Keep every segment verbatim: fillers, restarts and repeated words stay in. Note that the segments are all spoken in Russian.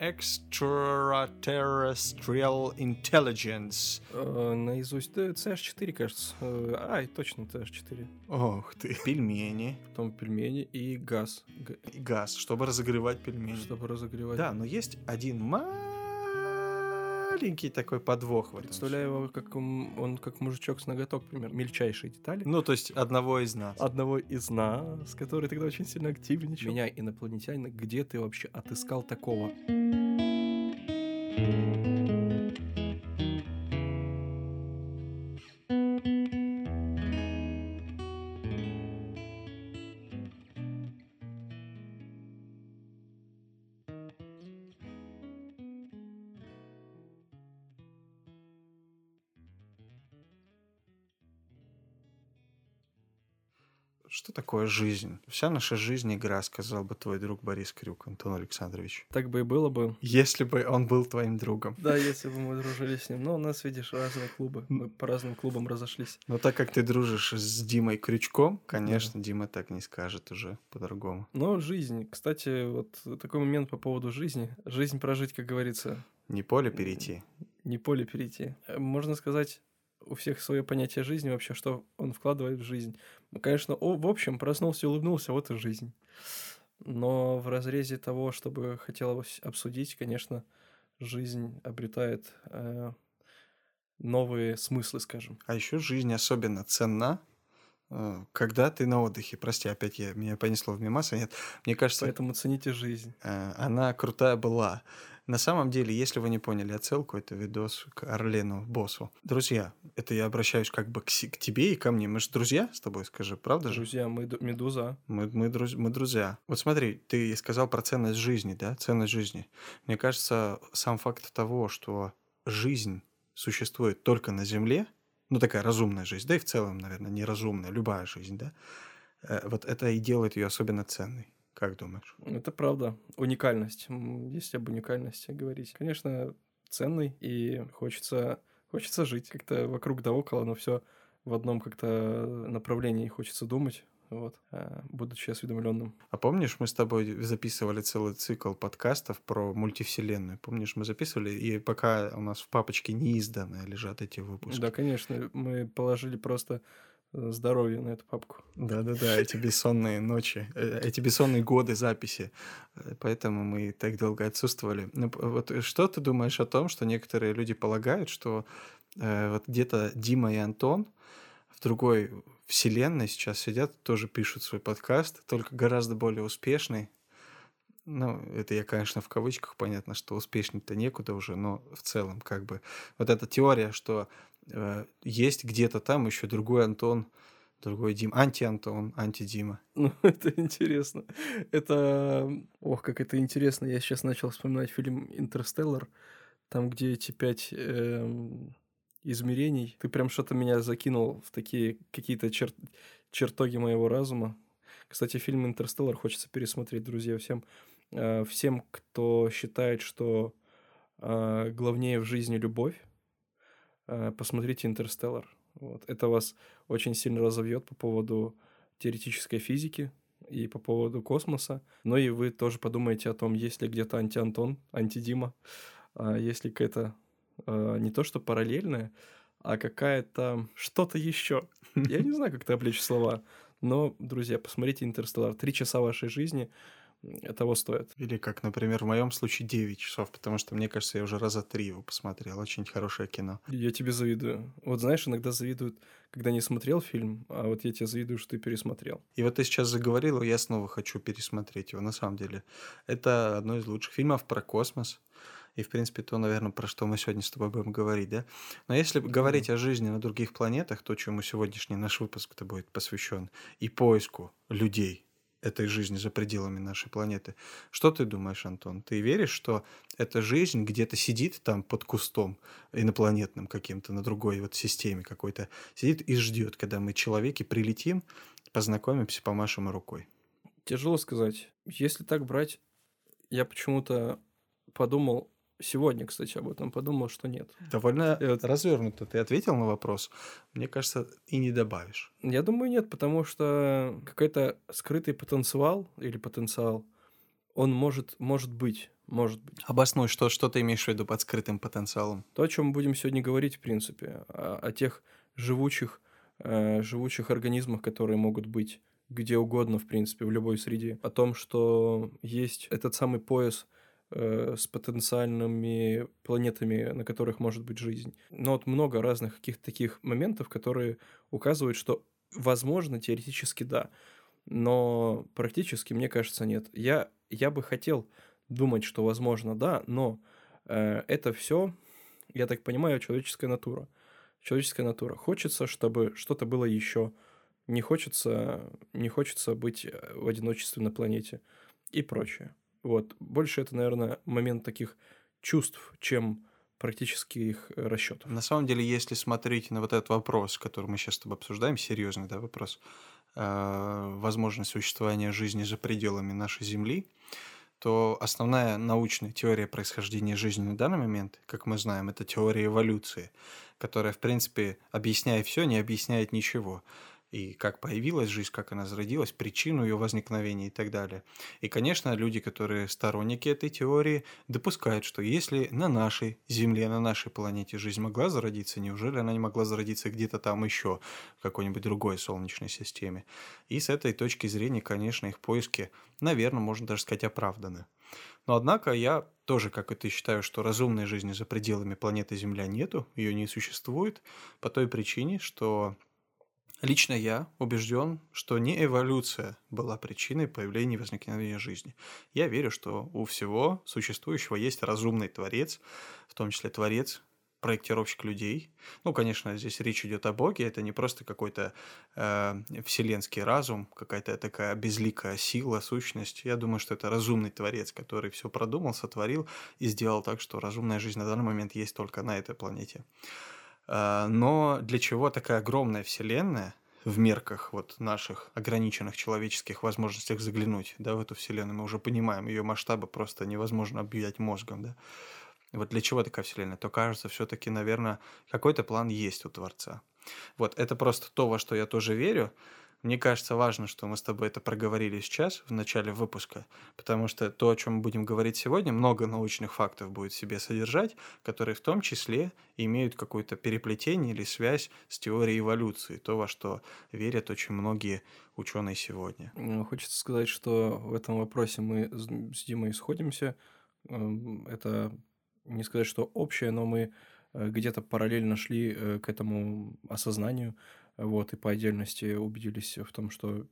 extraterrestrial intelligence. Э, наизусть, да, си эйч четыре, кажется. Э, ай, точно, си эйч четыре. Ох ты. Пельмени. Потом пельмени и газ. Г- И газ, чтобы разогревать пельмени. Чтобы разогревать. Да, но есть один маленький такой подвох в этом. Представляю его, как он, он как мужичок с ноготок, например. Мельчайшие детали. Ну, то есть одного из нас. Одного из нас, который тогда очень сильно активничал. Меня, инопланетянина, где ты вообще отыскал такого? Что такое жизнь? Вся наша жизнь — игра, сказал бы твой друг Борис Крюк, Антон Александрович. Так бы и было бы. Если бы он был твоим другом. Да, если бы мы дружили с ним. Но у нас, видишь, разные клубы. Мы по разным клубам разошлись. Но так как ты дружишь с Димой Крючком, конечно, да. Дима так не скажет уже по-другому. Но жизнь. Кстати, вот такой момент по поводу жизни. Жизнь прожить, как говорится. Не поле перейти. Не поле перейти. Можно сказать, у всех свое понятие жизни вообще, что он вкладывает в жизнь. Ну, конечно, о, в общем, проснулся и улыбнулся, вот и жизнь. Но в разрезе того, чтобы хотелось обсудить, конечно, жизнь обретает э, новые смыслы, скажем. А еще жизнь особенно ценна, э, когда ты на отдыхе. Прости, опять я, меня понесло в мемасы. Нет, мне кажется... Поэтому цените жизнь. Э, она крутая была. На самом деле, если вы не поняли отсылку, это видос к Орлену Боссу. Друзья, это я обращаюсь как бы к, к тебе и ко мне. Мы же друзья с тобой, скажи, правда же? Друзья, мы д- медуза. Мы, мы, друз, мы друзья. Вот смотри, ты сказал про ценность жизни, да? Ценность жизни. Мне кажется, сам факт того, что жизнь существует только на Земле, ну такая разумная жизнь, да и в целом, наверное, неразумная, любая жизнь, да? Э, вот это и делает ее особенно ценной. Как думаешь? Это правда. Уникальность. Если об уникальности говорить. Конечно, ценный, и хочется, хочется жить как-то вокруг да около, но все в одном как-то направлении хочется думать, вот, будучи осведомленным. А помнишь, мы с тобой записывали целый цикл подкастов про мультивселенную? Помнишь, мы записывали, и пока у нас в папочке неизданные лежат эти выпуски. Да, конечно. Мы положили просто здоровье на эту папку. Да-да-да, эти бессонные ночи, эти бессонные годы записи. Поэтому мы так долго отсутствовали. Ну, вот что ты думаешь о том, что некоторые люди полагают, что э, вот где-то Дима и Антон в другой вселенной сейчас сидят, тоже пишут свой подкаст, только гораздо более успешный. Ну, это я, конечно, в кавычках, понятно, что успешней-то некуда уже, но в целом как бы вот эта теория, что э, есть где-то там еще другой Антон, другой Дим, анти-Антон, анти-Дима. Ну, это интересно. Это... Ох, как это интересно. Я сейчас начал вспоминать фильм «Интерстеллар», там, где эти пять эм, измерений. Ты прям что-то меня закинул в такие какие-то чер... чертоги моего разума. Кстати, фильм «Интерстеллар» хочется пересмотреть, друзья, всем. Э, всем, кто считает, что э, главнее в жизни любовь, э, посмотрите «Интерстеллар». Вот. Это вас очень сильно разовьет по поводу теоретической физики и по поводу космоса. Но и вы тоже подумаете о том, есть ли где-то анти-Антон, анти-Дима, а есть ли какая-то а, не то что параллельная, а какая-то что-то еще. Я не знаю, как это облечь в слова. Но, друзья, посмотрите «Интерстеллар». Три часа вашей жизни того стоит. Или как, например, в моем случае девять часов, потому что, мне кажется, я уже раза три его посмотрел. Очень хорошее кино. Я тебе завидую. Вот знаешь, иногда завидуют, когда не смотрел фильм, а вот я тебе завидую, что ты пересмотрел. И вот ты сейчас заговорил, и я снова хочу пересмотреть его. На самом деле, это одно из лучших фильмов про космос. И, в принципе, то, наверное, про что мы сегодня с тобой будем говорить, да? Но если говорить mm. о жизни на других планетах, то, чему сегодняшний наш выпуск-то будет посвящен, и поиску людей этой жизни за пределами нашей планеты. Что ты думаешь, Антон? Ты веришь, что эта жизнь где-то сидит там под кустом инопланетным каким-то, на другой вот системе какой-то, сидит и ждет, когда мы, человеки, прилетим, познакомимся, помашем рукой? Тяжело сказать. Если так брать, я почему-то подумал, сегодня, кстати, об этом подумал, что нет. Довольно вот развернуто ты ответил на вопрос. Мне кажется, и не добавишь. Я думаю, нет, потому что какой-то скрытый потенциал или потенциал Он может может быть, может быть. Обоснуй, что, что ты имеешь в виду под скрытым потенциалом? То, о чем мы будем сегодня говорить, в принципе, о, о тех живучих, э, живучих организмах, которые могут быть где угодно, в принципе, в любой среде. О том, что есть этот самый пояс э, с потенциальными планетами, на которых может быть жизнь. Но вот много разных каких-то таких моментов, которые указывают, что возможно, теоретически да, но практически, мне кажется, нет. Я, я бы хотел думать, что возможно да, но э, это все, я так понимаю, человеческая натура. Человеческая натура. Хочется, чтобы что-то было еще. Не хочется, не хочется быть э, в одиночестве на планете и прочее. Вот. Больше это, наверное, момент таких чувств, чем практических э, расчетов. На самом деле, если смотреть на вот этот вопрос, который мы сейчас с тобой обсуждаем, серьезный, да, вопрос, э, возможность существования жизни за пределами нашей Земли, то основная научная теория происхождения жизни на данный момент, как мы знаем, это теория эволюции, которая, в принципе, объясняя все, не объясняет ничего. И как появилась жизнь, как она зародилась, причину ее возникновения и так далее. И, конечно, люди, которые сторонники этой теории, допускают, что если на нашей Земле, на нашей планете жизнь могла зародиться, неужели она не могла зародиться где-то там еще, в какой-нибудь другой Солнечной системе? И с этой точки зрения, конечно, их поиски, наверное, можно даже сказать, оправданы. Но однако я тоже, как и ты, считаю, что разумной жизни за пределами планеты Земля нету, ее не существует, по той причине, что лично я убежден, что не эволюция была причиной появления и возникновения жизни. Я верю, что у всего существующего есть разумный творец, в том числе творец, проектировщик людей. Ну, конечно, здесь речь идет о Боге, это не просто какой-то э, вселенский разум, какая-то такая безликая сила, сущность. Я думаю, что это разумный творец, который все продумал, сотворил и сделал так, что разумная жизнь на данный момент есть только на этой планете. А, Но для чего такая огромная вселенная в мерках вот наших ограниченных человеческих возможностях заглянуть, да, в эту вселенную, мы уже понимаем, ее масштабы просто невозможно объять мозгом, да. Вот для чего такая вселенная? То кажется, все-таки, наверное, какой-то план есть у Творца. Вот, это просто то, во что я тоже верю. Мне кажется, важно, что мы с тобой это проговорили сейчас, в начале выпуска, потому что то, о чем мы будем говорить сегодня, много научных фактов будет в себе содержать, которые в том числе имеют какое-то переплетение или связь с теорией эволюции, то, во что верят очень многие ученые сегодня. М, Хочется сказать, что в этом вопросе мы с с Димой сходимся. Эм, Это не сказать, что общее, но мы э, где-то параллельно шли э, к этому осознанию, э, вот, и по отдельности убедились в том, что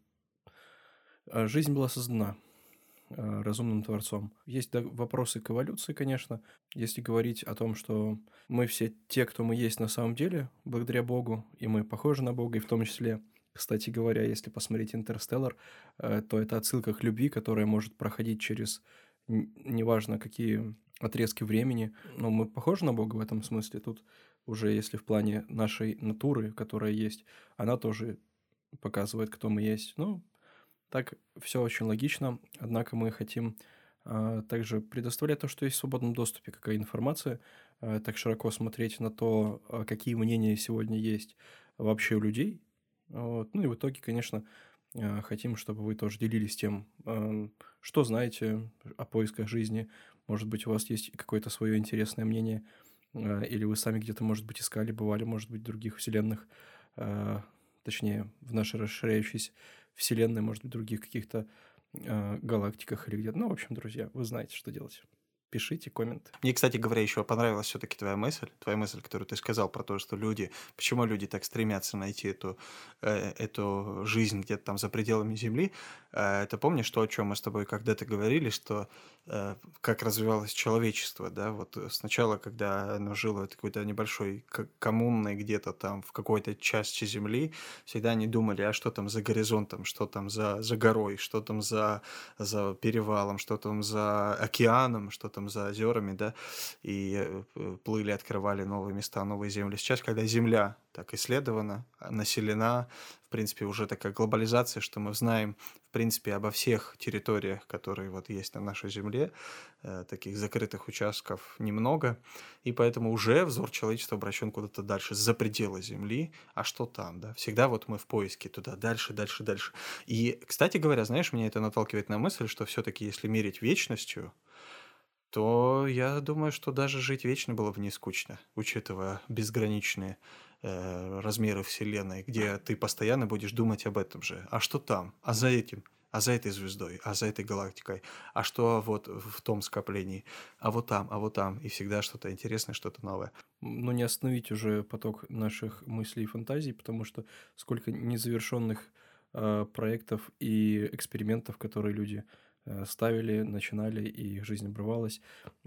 э, жизнь была создана э, разумным творцом. Есть да, вопросы к эволюции, конечно. Если говорить о том, что мы все те, кто мы есть на самом деле, благодаря Богу, и мы похожи на Бога, и в том числе, кстати говоря, если посмотреть «Интерстеллар», э, то это отсылка к любви, которая может проходить через н- неважно какие отрезки времени. Но мы похожи на Бога в этом смысле. Тут уже если в плане нашей натуры, которая есть, она тоже показывает, кто мы есть. Ну, так все очень логично, однако мы хотим а, также предоставлять то, что есть в свободном доступе, какая информация, а, так широко смотреть на то, а, какие мнения сегодня есть вообще у людей. Вот. Ну и в итоге, конечно, а, хотим, чтобы вы тоже делились тем, а, что знаете о поисках жизни. Может быть, у вас есть какое-то свое интересное мнение, а, или вы сами где-то, может быть, искали, бывали, может быть, в других вселенных, а, точнее, в нашей расширяющейся вселенной, может быть, других каких-то а, галактиках или где-то. Ну, в общем, друзья, вы знаете, что делать. Пишите комменты. Мне, кстати говоря, еще понравилась все-таки твоя мысль, твоя мысль, которую ты сказал про то, что люди, почему люди так стремятся найти эту, э, эту жизнь где-то там за пределами Земли. Э, ты помнишь то, о чем мы с тобой когда-то говорили, что э, как развивалось человечество, да, вот э, сначала, когда оно жило в какой-то небольшой к- коммунной где-то там в какой-то части Земли, всегда они думали, а что там за горизонтом, что там за, за горой, что там за, за перевалом, что там за океаном, что там за озерами, да, и э, плыли, открывали новые места, новые земли. Сейчас, когда Земля так исследована, а, населена, в принципе, уже такая глобализация, что мы знаем, в принципе, обо всех территориях, которые вот есть на нашей Земле. Э, таких закрытых участков немного, и поэтому уже взор человечества обращен куда-то дальше, за пределы Земли. А что там, да? Всегда вот мы в поиске туда, дальше, дальше, дальше. И, кстати говоря, знаешь, меня это наталкивает на мысль, что все-таки, если мерить вечностью, то я думаю, что даже жить вечно было бы не скучно, учитывая безграничные э, размеры Вселенной, где ты постоянно будешь думать об этом же. А что там? А за этим? А за этой звездой? А за этой галактикой? А что вот в том скоплении? А вот там? А вот там? И всегда что-то интересное, что-то новое. М, Но не остановить уже поток наших мыслей и фантазий, потому что сколько незавершенных а, проектов и экспериментов, которые люди а, ставили, начинали, и их жизнь обрывалась.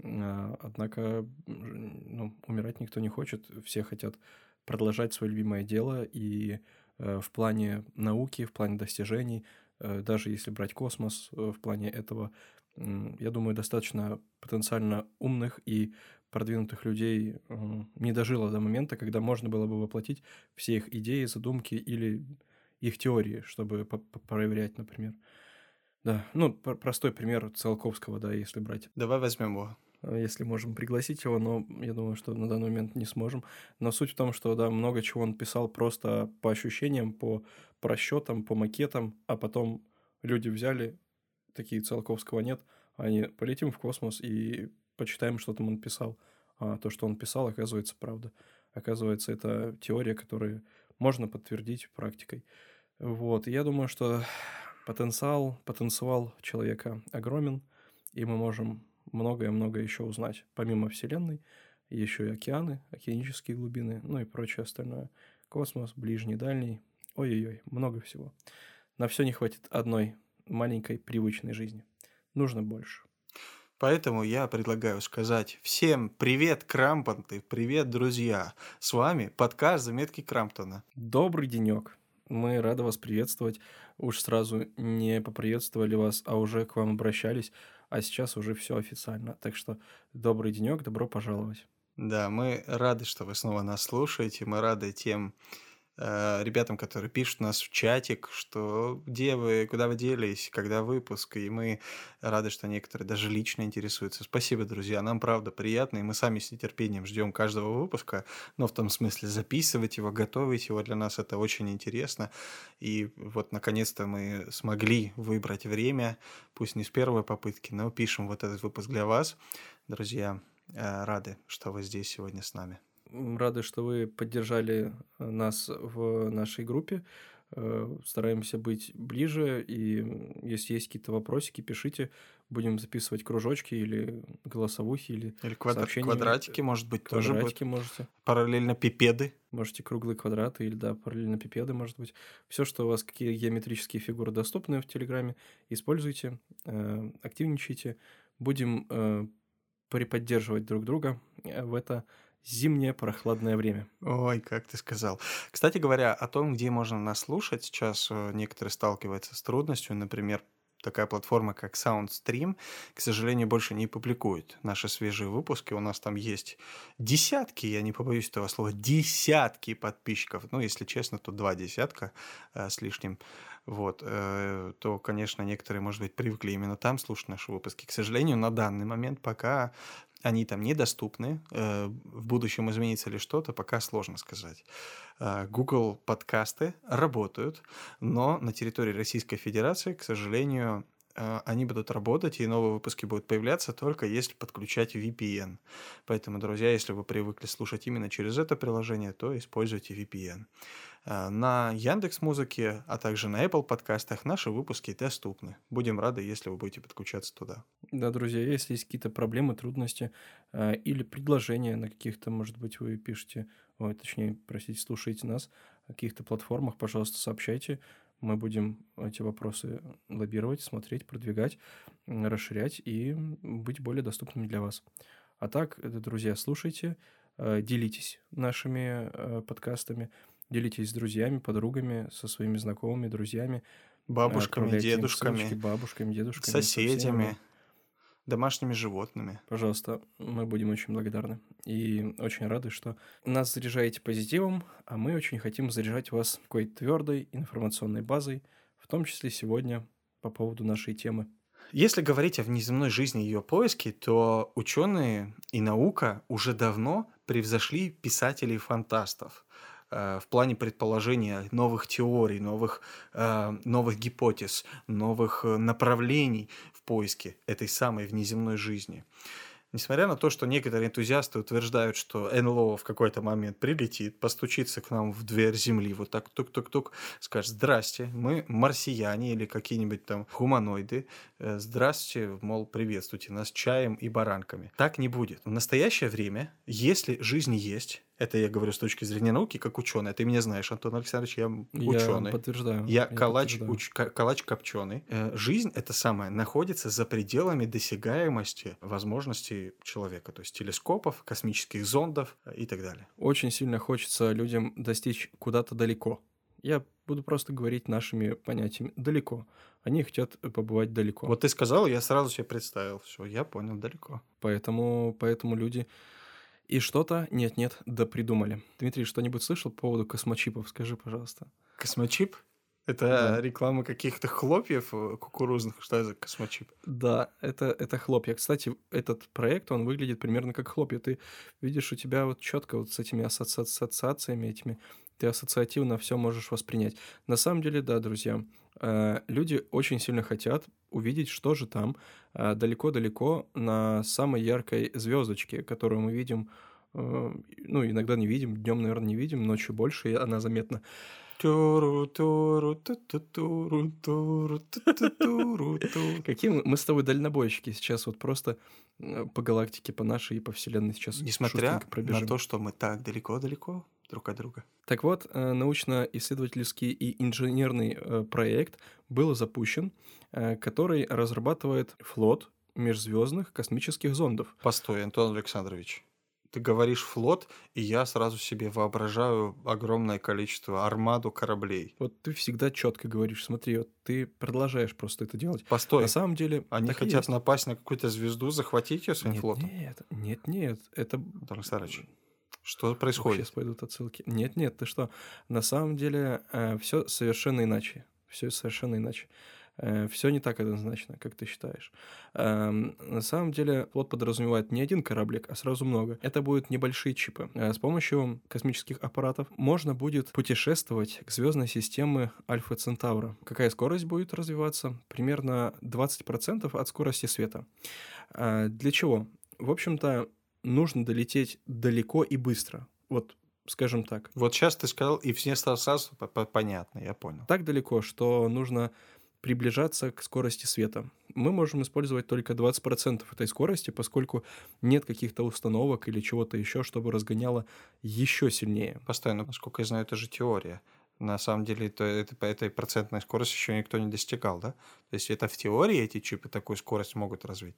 А, Однако м, ну, умирать никто не хочет, все хотят продолжать свое любимое дело, и э, в плане науки, в плане достижений, э, даже если брать космос, э, в плане этого, м, я думаю, достаточно потенциально умных и продвинутых людей м, не дожило до момента, когда можно было бы воплотить все их идеи, задумки или их теории, чтобы по- по- проверять, например. Да, ну, пр- простой пример Циолковского, да, если брать. Давай возьмем его. А, Если можем пригласить его, но я думаю, что на данный момент не сможем. Но суть в том, что, да, много чего он писал просто по ощущениям, по просчетам, по макетам, а потом люди взяли, такие, Циолковского нет, они полетим в космос и почитаем, что там он писал. А то, что он писал, оказывается, правда. Оказывается, это теория, которую можно подтвердить практикой. Вот, и я думаю, что потенциал, потенциал человека огромен, и мы можем многое-многое еще узнать. Помимо Вселенной, еще и океаны, океанические глубины, ну и прочее остальное. Космос, ближний, дальний. Ой-ой-ой, много всего. На все не хватит одной маленькой привычной жизни. Нужно больше. Поэтому я предлагаю сказать всем привет, Крампонты, привет, друзья. С вами подкаст «Заметки Крамптона». Добрый денек. Мы рады вас приветствовать. Уж сразу не поприветствовали вас, а уже к вам обращались, а сейчас уже все официально. Так что добрый денек, добро пожаловать. Да, мы рады, что вы снова нас слушаете. Мы рады тем э, ребятам, которые пишут нас в чатик, что где вы, куда вы делись, когда выпуск. И мы рады, что некоторые даже лично интересуются. Спасибо, друзья. Нам правда приятно, и мы сами с нетерпением ждем каждого выпуска. Но в том смысле записывать его, готовить его для нас это очень интересно. И вот наконец-то мы смогли выбрать время, пусть не с первой попытки, но пишем вот этот выпуск для вас. Друзья, э, рады, что вы здесь сегодня с нами. М, Рады, что вы поддержали э, нас в нашей группе. Э, Стараемся быть ближе, и м, если есть какие-то вопросики, пишите. Будем записывать кружочки или голосовухи, или Или квадр- сообщениями. квадратики, может быть, тоже будут. Квадратики можете. Параллельно пипеды. Можете круглые квадраты или, да, параллелепипеды, может быть. Все, что у вас, какие геометрические фигуры доступны в Телеграме, используйте, э, активничайте. Будем э, приподдерживать друг друга э, в это зимнее прохладное время. Ой, как ты сказал. Кстати говоря, о том, где можно нас слушать, сейчас э, некоторые сталкиваются с трудностью. Например, такая платформа, как SoundStream, к сожалению, больше не публикует наши свежие выпуски. У нас там есть десятки, я не побоюсь этого слова, десятки подписчиков. Ну, если честно, то два десятка э, с лишним. Вот, э, то, конечно, некоторые, может быть, привыкли именно там слушать наши выпуски. К сожалению, на данный момент пока они там недоступны. Э, В будущем изменится ли что-то, пока сложно сказать. Э, Google подкасты работают, но на территории Российской Федерации, к сожалению, э, они будут работать, и новые выпуски будут появляться только если подключать ви пи эн. Поэтому, друзья, если вы привыкли слушать именно через это приложение, то используйте ви пи эн. Э, На Яндекс.Музыке, а также на Apple подкастах наши выпуски доступны. Будем рады, если вы будете подключаться туда. Да, друзья, если есть какие-то проблемы, трудности э, или предложения на каких-то, может быть, вы пишете, ой, точнее, простите, слушаете нас на каких-то платформах, пожалуйста, сообщайте. Мы будем эти вопросы лоббировать, смотреть, продвигать, м, расширять и м, быть более доступными для вас. А так, э, друзья, слушайте, э, делитесь нашими э, подкастами, делитесь с друзьями, подругами, со своими знакомыми, друзьями, э, Бабушками, отправляйте им ссылочки дедушками, бабушками, дедушками, со всеми, соседями. да. домашними животными. Пожалуйста, мы будем очень благодарны. И очень рады, что нас заряжаете позитивом, а мы очень хотим заряжать вас какой-то твердой информационной базой, в том числе сегодня по поводу нашей темы. Если говорить о внеземной жизни и ее поиске, то ученые и наука уже давно превзошли писателей-фантастов э, в плане предположения новых теорий, новых, э, новых гипотез, новых э, направлений в поиске этой самой внеземной жизни. Несмотря на то, что некоторые энтузиасты утверждают, что эн эл о в какой-то момент прилетит, постучится к нам в дверь Земли, вот так тук-тук-тук, скажет: «Здрасте, мы марсиане или какие-нибудь там гуманоиды. Э, Здрасте, мол, приветствуйте нас чаем и баранками». Так не будет. В настоящее время, если жизнь есть, это я говорю с точки зрения науки, как ученый. Ты меня знаешь, Антон Александрович, я Я ученый. подтверждаю. Я Я калач, подтверждаю. уч- ка- калач копченый. Э, Жизнь, это самое, находится за пределами досягаемости возможностей человека, то есть телескопов, космических зондов э, и так далее. Очень сильно хочется людям достичь куда-то далеко. Я буду просто говорить нашими понятиями. Далеко. Они хотят побывать далеко. Вот ты сказал, я сразу себе представил. Все, я понял, далеко. Поэтому, поэтому люди и что-то нет-нет да придумали. Дмитрий, что-нибудь слышал по поводу космочипов? Скажи, пожалуйста. Космочип? Это Да. реклама каких-то хлопьев э, кукурузных. Что это за космочип? Да, это, это хлопья. Кстати, этот проект, он выглядит примерно как хлопья. Ты видишь, у тебя вот четко вот с этими асоци- ассоциациями этими, ты ассоциативно все можешь воспринять. На самом деле, да, друзья, э, люди очень сильно хотят увидеть, что же там э, далеко-далеко на самой яркой звездочке, которую мы видим, э, ну, иногда не видим, днем, наверное, не видим, ночью больше, и она заметна. Туру, туру, ту-ту-туру, туру, ту-ту-туру, ту. Какие мы, мы с тобой дальнобойщики сейчас вот просто э, по галактике, по нашей и по вселенной сейчас Несмотря шустренько на пробежим. то, что мы так далеко-далеко друг от друга. Так вот, э, научно-исследовательский и инженерный э, проект был запущен, э, который разрабатывает флот межзвездных космических зондов. Постой, Антон Александрович. Ты говоришь флот, и я сразу себе воображаю огромное количество армаду кораблей. Вот ты всегда четко говоришь, смотри, вот ты продолжаешь просто это делать. Постой, На самом деле, они так и хотят есть. напасть на какую-то звезду, захватить ее своим Нет, флотом? нет, нет, нет, это Антон Александрович, что Ух, происходит? сейчас пойдут отсылки. Нет, нет, ты что? На самом деле все совершенно иначе. Все совершенно иначе. Все не так однозначно, как ты считаешь. Эм, На самом деле флот подразумевает не один кораблик, а сразу много. Это будут небольшие чипы. Э, С помощью космических аппаратов можно будет путешествовать к звездной системе Альфа Центавра. Какая скорость будет развиваться? Примерно двадцать процентов от скорости света. А, Для чего? В общем-то, нужно долететь далеко и быстро. Вот, скажем так. Вот сейчас ты сказал, и все стало сразу по- по- понятно, я понял. Так далеко, что нужно приближаться к скорости света. Мы можем использовать только двадцать процентов этой скорости, поскольку нет каких-то установок или чего-то еще, чтобы разгоняло еще сильнее. Постой, ну, насколько я знаю, это же теория. На самом деле это, это, по этой процентной скорости еще никто не достигал, да? То есть это в теории эти чипы такую скорость могут развить?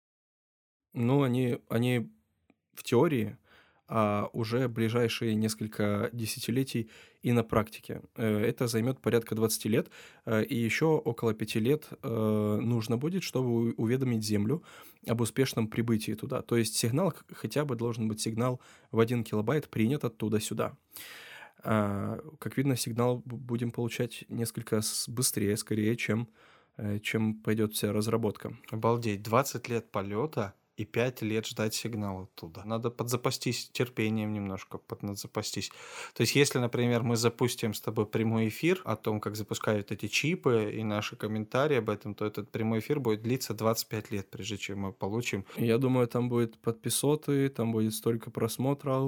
Ну, они, они в теории, а уже ближайшие несколько десятилетий и на практике. Э, Это займет порядка двадцать лет, э, и еще около пяти лет э, нужно будет, чтобы у- уведомить Землю об успешном прибытии туда. То есть сигнал, х- хотя бы должен быть сигнал в один килобайт принят оттуда сюда. А, Как видно, сигнал б- будем получать несколько с- быстрее, скорее, чем, э, чем пойдет вся разработка. Обалдеть, двадцать лет полета и пять лет ждать сигнала оттуда. Надо подзапастись терпением немножко, подзапастись. То есть, если, например, мы запустим с тобой прямой эфир о том, как запускают эти чипы, и наши комментарии об этом, то этот прямой эфир будет длиться двадцать пять лет, прежде чем мы получим Я думаю, там будет подписоты, там будет столько просмотров,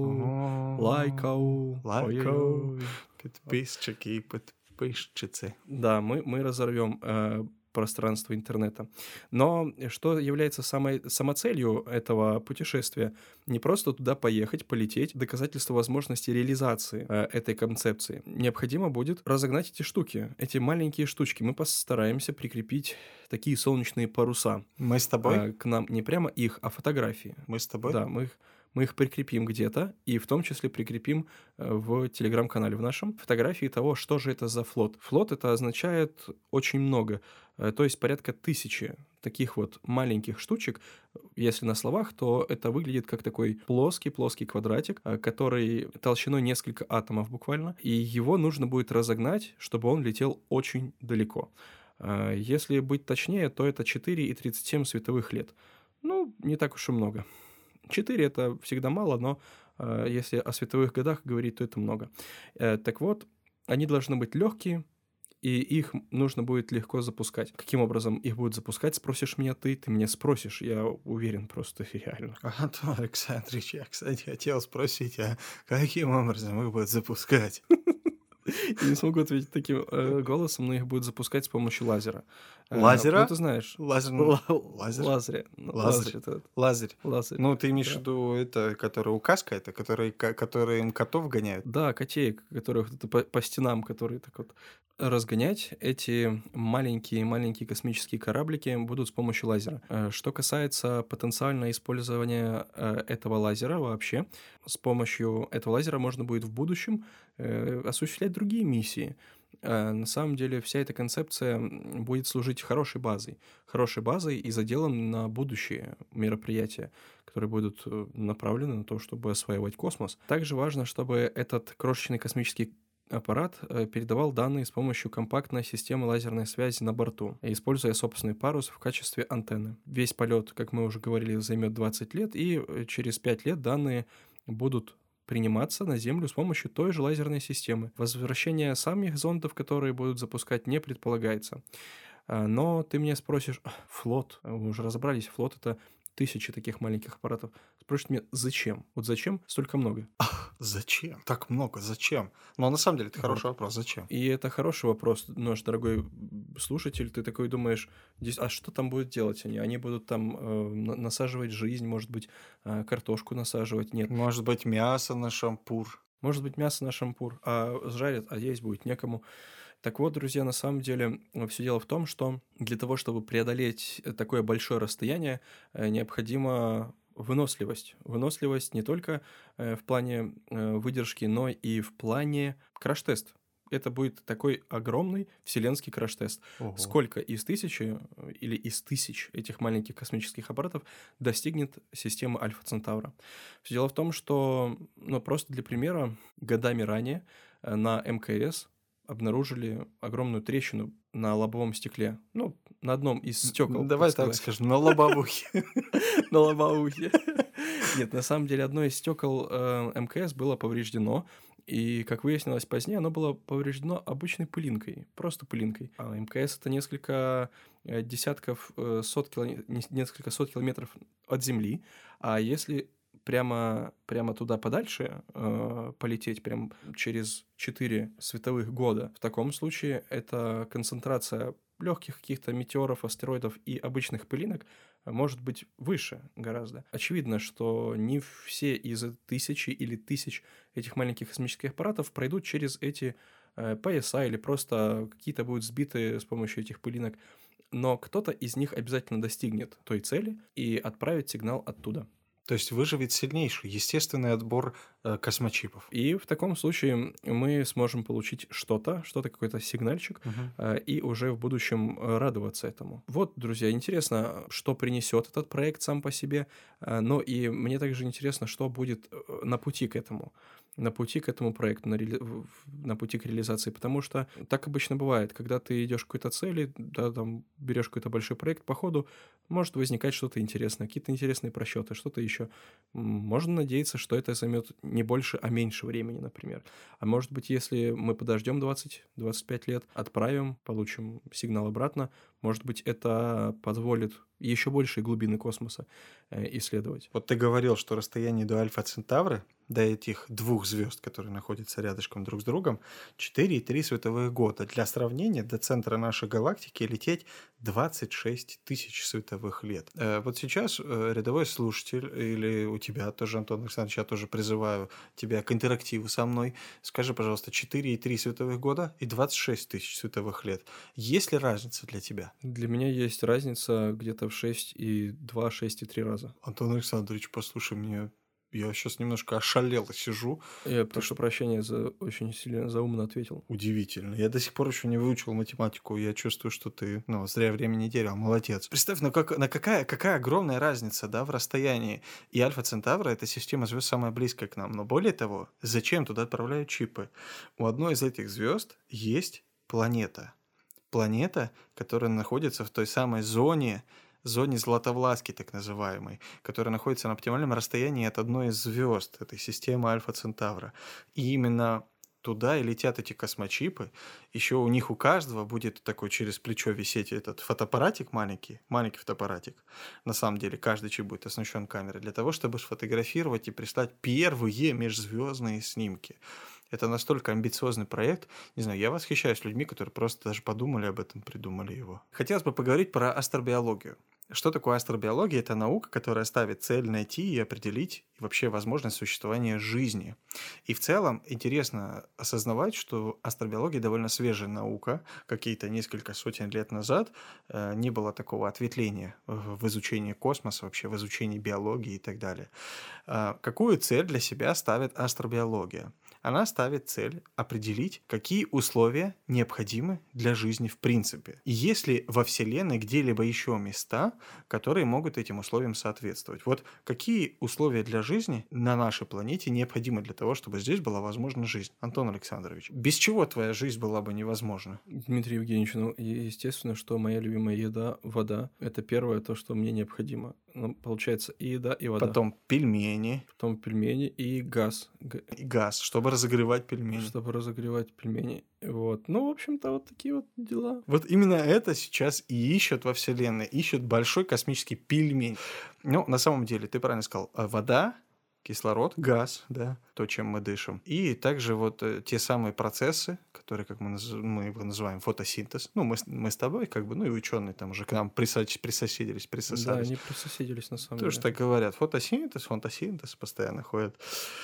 лайков. лайков, Ой-ой-ой. подписчики и подписчицы. Да, мы, мы разорвем э, пространство интернета. Но что является самой, самоцелью этого путешествия? Не просто туда поехать, полететь, доказательство возможности реализации э, этой концепции. Необходимо будет разогнать эти штуки, эти маленькие штучки. Мы постараемся прикрепить такие солнечные паруса Мы с тобой? э, к нам. Не прямо их, а фотографии. Мы с тобой? Да, мы их, мы их прикрепим где-то, и в том числе прикрепим э, в телеграм-канале в нашем фотографии того, что же это за флот. Флот это означает очень много, э, то есть порядка тысячи, таких вот маленьких штучек. Если на словах, то это выглядит как такой плоский-плоский квадратик, э, который толщиной несколько атомов буквально, и его нужно будет разогнать, чтобы он летел очень далеко. Э, Если быть точнее, то это четыре и тридцать семь световых лет. Ну, не так уж и много. четыре это всегда мало, но э, если о световых годах говорить, то это много. Э, так вот, они должны быть легкие, и их нужно будет легко запускать. Каким образом их будут запускать, спросишь меня ты, ты меня спросишь, я уверен просто реально. Антон Александрович, я, кстати, хотел спросить, а каким образом их будут запускать? Я не смогу ответить таким э, голосом, но их будут запускать с помощью лазера. Э, ну, Лазера? ты знаешь. Лазер... Ла- Лазер? Лазере. Ну, Лазер. Лазер это... Лазер. Лазер. Ну, ты имеешь в Да. виду это, который указка, это который, ко- которые им котов гоняют? Да, котеек, которых это по, по стенам, которые так вот разгонять, эти маленькие-маленькие космические кораблики будут с помощью лазера. Э, Что касается потенциального использования э, этого лазера вообще, с помощью этого лазера можно будет в будущем э, осуществлять другие миссии. Э, На самом деле вся эта концепция м, будет служить хорошей базой. Хорошей базой и заделом на будущие мероприятия, которые будут э, направлены на то, чтобы осваивать космос. Также важно, чтобы этот крошечный космический аппарат э, передавал данные с помощью компактной системы лазерной связи на борту, используя собственный парус в качестве антенны. Весь полет, как мы уже говорили, займет двадцать лет, и э, через пять лет данные будут приниматься на Землю с помощью той же лазерной системы. Возвращение самих зондов, которые будут запускать, не предполагается. А, Но ты меня спросишь, «А, флот, а мы уже разобрались, флот это тысячи таких маленьких аппаратов. Спросишь меня, зачем? Вот зачем столько много? Зачем? Так много, зачем? Ну, на самом деле, это хороший Вот. вопрос, зачем? И это хороший вопрос, наш дорогой слушатель. Ты такой думаешь, «Дес- а что там будут делать они? Они будут там э, на- насаживать жизнь, может быть, э, картошку насаживать? Нет. Может быть, мясо на шампур? Может быть, мясо на шампур, а жарят, а есть будет некому. Так вот, друзья, на самом деле все дело в том, что для того, чтобы преодолеть э, такое большое расстояние, э, необходима выносливость. Выносливость не только э, в плане э, выдержки, но и в плане краш-тест. Это будет такой огромный вселенский краш-тест. Ого. Сколько из тысячи э, или из тысяч этих маленьких космических аппаратов достигнет системы Альфа Центавра? Все дело в том, что, ну, просто для примера, годами ранее э, на эм ка эс обнаружили огромную трещину на лобовом стекле. Ну, на одном из стекол. Ну, давай так скажем, на лобовухе. На лобовухе. Нет, на самом деле одно из стекол э, эм ка эс было повреждено. И, как выяснилось позднее, оно было повреждено обычной пылинкой, просто пылинкой. А эм ка эс это несколько э, десятков, э, сот кило- не- несколько сот километров от Земли. А если прямо, прямо туда подальше э, полететь, прям через четыре световых года, в таком случае эта концентрация легких каких-то метеоров, астероидов и обычных пылинок э, может быть выше гораздо. Очевидно, что не все из тысячи или тысяч этих маленьких космических аппаратов пройдут через эти э, пояса или просто какие-то будут сбиты с помощью этих пылинок, но кто-то из них обязательно достигнет той цели и отправит сигнал оттуда. То есть выживет сильнейший, естественный отбор э, космочипов. И в таком случае мы сможем получить что-то, что-то, какой-то сигнальчик, Мгм. э, и уже в будущем э, радоваться этому. Вот, друзья, интересно, что принесет этот проект сам по себе, э, но и мне также интересно, что будет э, на пути к этому, на пути к этому проекту, на, реали- в- в- на пути к реализации, потому что так обычно бывает, когда ты идешь к какой-то цели, да, там берешь какой-то большой проект, по ходу может возникать что-то интересное, какие-то интересные просчеты, что-то еще. М, Можно надеяться, что это займет не больше, а меньше времени, например. А может быть, если мы подождем двадцать-двадцать пять лет, отправим, получим сигнал обратно, может быть, это позволит еще большие глубины космоса э, исследовать. Вот ты говорил, что расстояние до Альфа Центавра, до этих двух звезд, которые находятся рядышком друг с другом, четыре и три световых года. Для сравнения, до центра нашей галактики лететь двадцать шесть тысяч световых лет. Э, Вот сейчас э, рядовой слушатель, или у тебя тоже, Антон Александрович, я тоже призываю тебя к интерактиву со мной. Скажи, пожалуйста, четыре и три световых года и двадцать шесть тысяч световых лет. Есть ли разница для тебя? Для меня есть разница где-то в шесть и два, шесть и три раза. Антон Александрович, послушай, мне Я сейчас немножко ошалел и сижу. Я Ты прошу что? прощения за очень сильно заумно ответил. Удивительно. Я до сих пор еще не выучил математику. Я чувствую, что ты, ну, зря времени не терял. Молодец. Представь, ну как, на какая, какая огромная разница, да, в расстоянии. И Альфа Центавра — это система звезд самая близкая к нам. Но более того, зачем туда отправляют чипы? У одной из этих звезд есть планета. Планета, которая находится в той самой зоне, зоне Златовласки, так называемой, которая находится на оптимальном расстоянии от одной из звезд этой системы Альфа Центавра. И именно туда и летят эти космочипы. Еще у них у каждого будет такой через плечо висеть этот фотоаппаратик маленький, маленький фотоаппаратик. На самом деле каждый чип будет оснащен камерой для того, чтобы сфотографировать и прислать первые межзвездные снимки. Это настолько амбициозный проект. Не знаю, я восхищаюсь людьми, которые просто даже подумали об этом, придумали его. Хотелось бы поговорить про астробиологию. Что такое астробиология? Это наука, которая ставит цель найти и определить и вообще возможность существования жизни. И в целом интересно осознавать, что астробиология довольно свежая наука. Какие-то несколько сотен лет назад э, не было такого ответвления в, в изучении космоса, вообще в изучении биологии и так далее. А, какую цель для себя ставит астробиология? Она ставит цель определить, какие условия необходимы для жизни в принципе. И есть ли во Вселенной где-либо еще места, которые могут этим условиям соответствовать. Вот какие условия для жизни на нашей планете необходимы для того, чтобы здесь была возможна жизнь? Антон Александрович, без чего твоя жизнь была бы невозможна? Дмитрий Евгеньевич, ну, е- естественно, что моя любимая еда — вода. Это первое, то, что мне необходимо. Ну, получается, и еда, и вода. Потом пельмени Потом пельмени и газ, г- и газ, чтобы разогревать пельмени. чтобы разогревать пельмени. Вот. Ну, в общем-то, вот такие вот дела. Вот именно это сейчас и ищут во Вселенной. Ищут большой космический пельмень. Ну, на самом деле, ты правильно сказал. а Вода, кислород, газ, да, то, чем мы дышим. И также вот э, те самые процессы, которые, как мы, наз- мы его называем, фотосинтез. Ну, мы, с- мы с тобой, как бы, ну и ученые там уже к нам присо- присоседились, Да, присосались. они присоседились на самом Тоже деле. так говорят. Фотосинтез, фотосинтез постоянно ходят.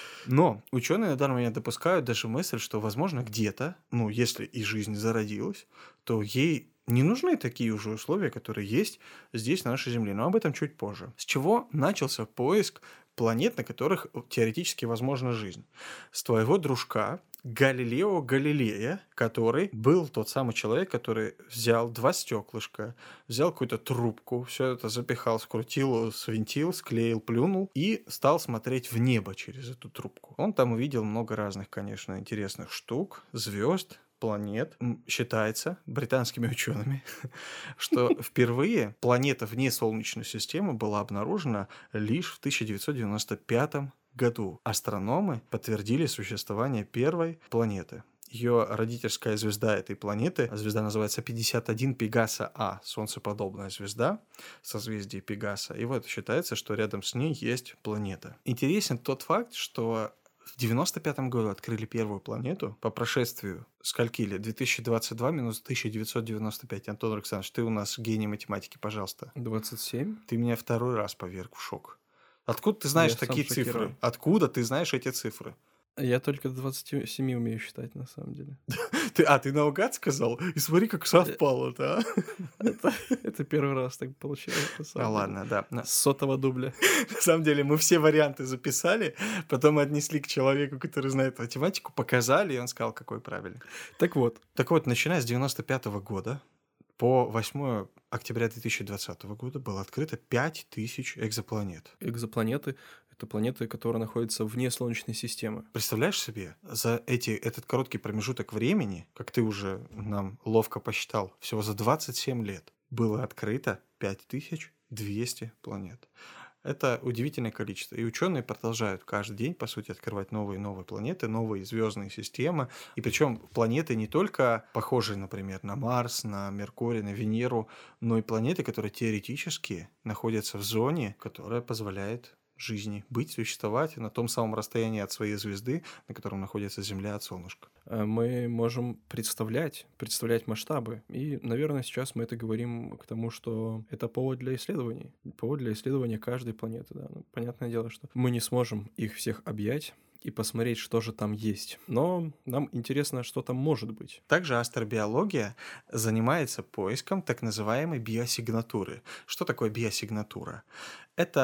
Но ученые на данный момент допускают даже мысль, что, возможно, где-то, ну, если и жизнь зародилась, то ей не нужны такие уже условия, которые есть здесь, на нашей Земле. Но об этом чуть позже. С чего начался поиск планет, на которых теоретически возможна жизнь? С твоего дружка Галилео Галилея, который был тот самый человек, который взял два стеклышка, взял какую-то трубку, все это запихал, скрутил, свинтил, склеил, плюнул и стал смотреть в небо через эту трубку. Он там увидел много разных, конечно, интересных штук, звезд, планет. М, Считается британскими учеными, что впервые планета вне Солнечной системы была обнаружена лишь в тысяча девятьсот девяносто пятом году. Астрономы подтвердили существование первой планеты. Ее родительская звезда этой планеты, звезда называется пятьдесят один Пегаса А, солнцеподобная звезда, созвездие Пегаса. И вот считается, что рядом с ней есть планета. Интересен тот факт, что в девяносто пятом году открыли первую планету по прошествию скольки лет? две тысячи двадцать два минус тысяча девятьсот девяносто пять. Антон Александрович, ты у нас гений математики, пожалуйста. двадцать семь? Ты меня второй раз поверг в шок. Откуда ты знаешь Я сам такие цифры? шокирован. Откуда ты знаешь эти цифры? Я только до двадцати семи умею считать, на самом деле. Ты, а, ты наугад сказал? И смотри, как совпало-то, а? Это, это первый раз так получилось, на А самом деле. ладно, да. На С сотого дубля. на самом деле мы все варианты записали, потом отнесли к человеку, который знает математику, показали, и он сказал, какой правильный. Так вот, Так вот, начиная с девяносто пятого года по восьмое октября две тысячи двадцатого года было открыто пять тысяч экзопланет. экзопланеты — это планеты, которые находятся вне Солнечной системы. Представляешь себе, за эти, этот короткий промежуток времени, как ты уже нам ловко посчитал, всего за двадцать семь лет было открыто пять тысяч двести планет. Это удивительное количество. И ученые продолжают каждый день, по сути, открывать новые и новые планеты, новые звездные системы. И причем планеты не только похожие, например, на Марс, на Меркурий, на Венеру, но и планеты, которые теоретически находятся в зоне, которая позволяет жизни быть, существовать на том самом расстоянии от своей звезды, на котором находится Земля от солнышка. А Мы можем представлять, представлять масштабы. И, наверное, сейчас мы это говорим к тому, что это повод для исследований. Повод для исследования каждой планеты. Да. Ну, понятное дело, что мы не сможем их всех объять и посмотреть, что же там есть. Но нам интересно, что там может быть. Также астробиология занимается поиском так называемой биосигнатуры. Что такое биосигнатура? Это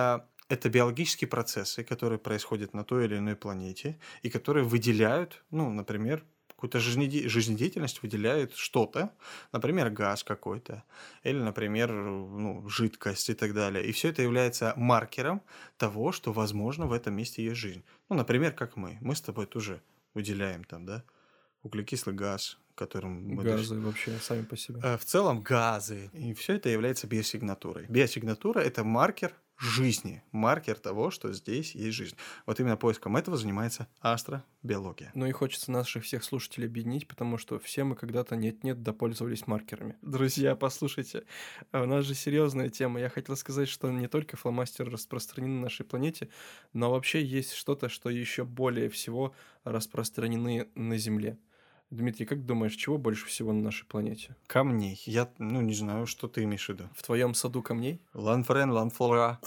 Это биологические процессы, которые происходят на той или иной планете, и которые выделяют, ну, например, какую-то жизнеде- жизнедеятельность выделяет что-то, например, газ какой-то, или, например, ну, жидкость и так далее. И все это является маркером того, что, возможно, в этом месте есть жизнь. Ну, например, как мы. Мы с тобой тоже выделяем там, да, углекислый газ, которым мы дышим. Газы вообще сами по себе. Э, В целом газы. И все это является биосигнатурой. Биосигнатура– это маркер жизни, маркер того, что здесь есть жизнь. Вот именно поиском этого занимается астробиология. Ну и хочется наших всех слушателей объединить, потому что все мы когда-то нет-нет допользовались маркерами. Друзья, послушайте, а у нас же серьезная тема. Я хотел сказать, что не только фломастеры распространены на нашей планете, но вообще есть что-то, что еще более всего распространены на Земле. Дмитрий, как думаешь, чего больше всего на нашей планете? Камней. Я, ну, не знаю, что ты имеешь в виду. В твоем саду камней? Ланфрен, ланфлора.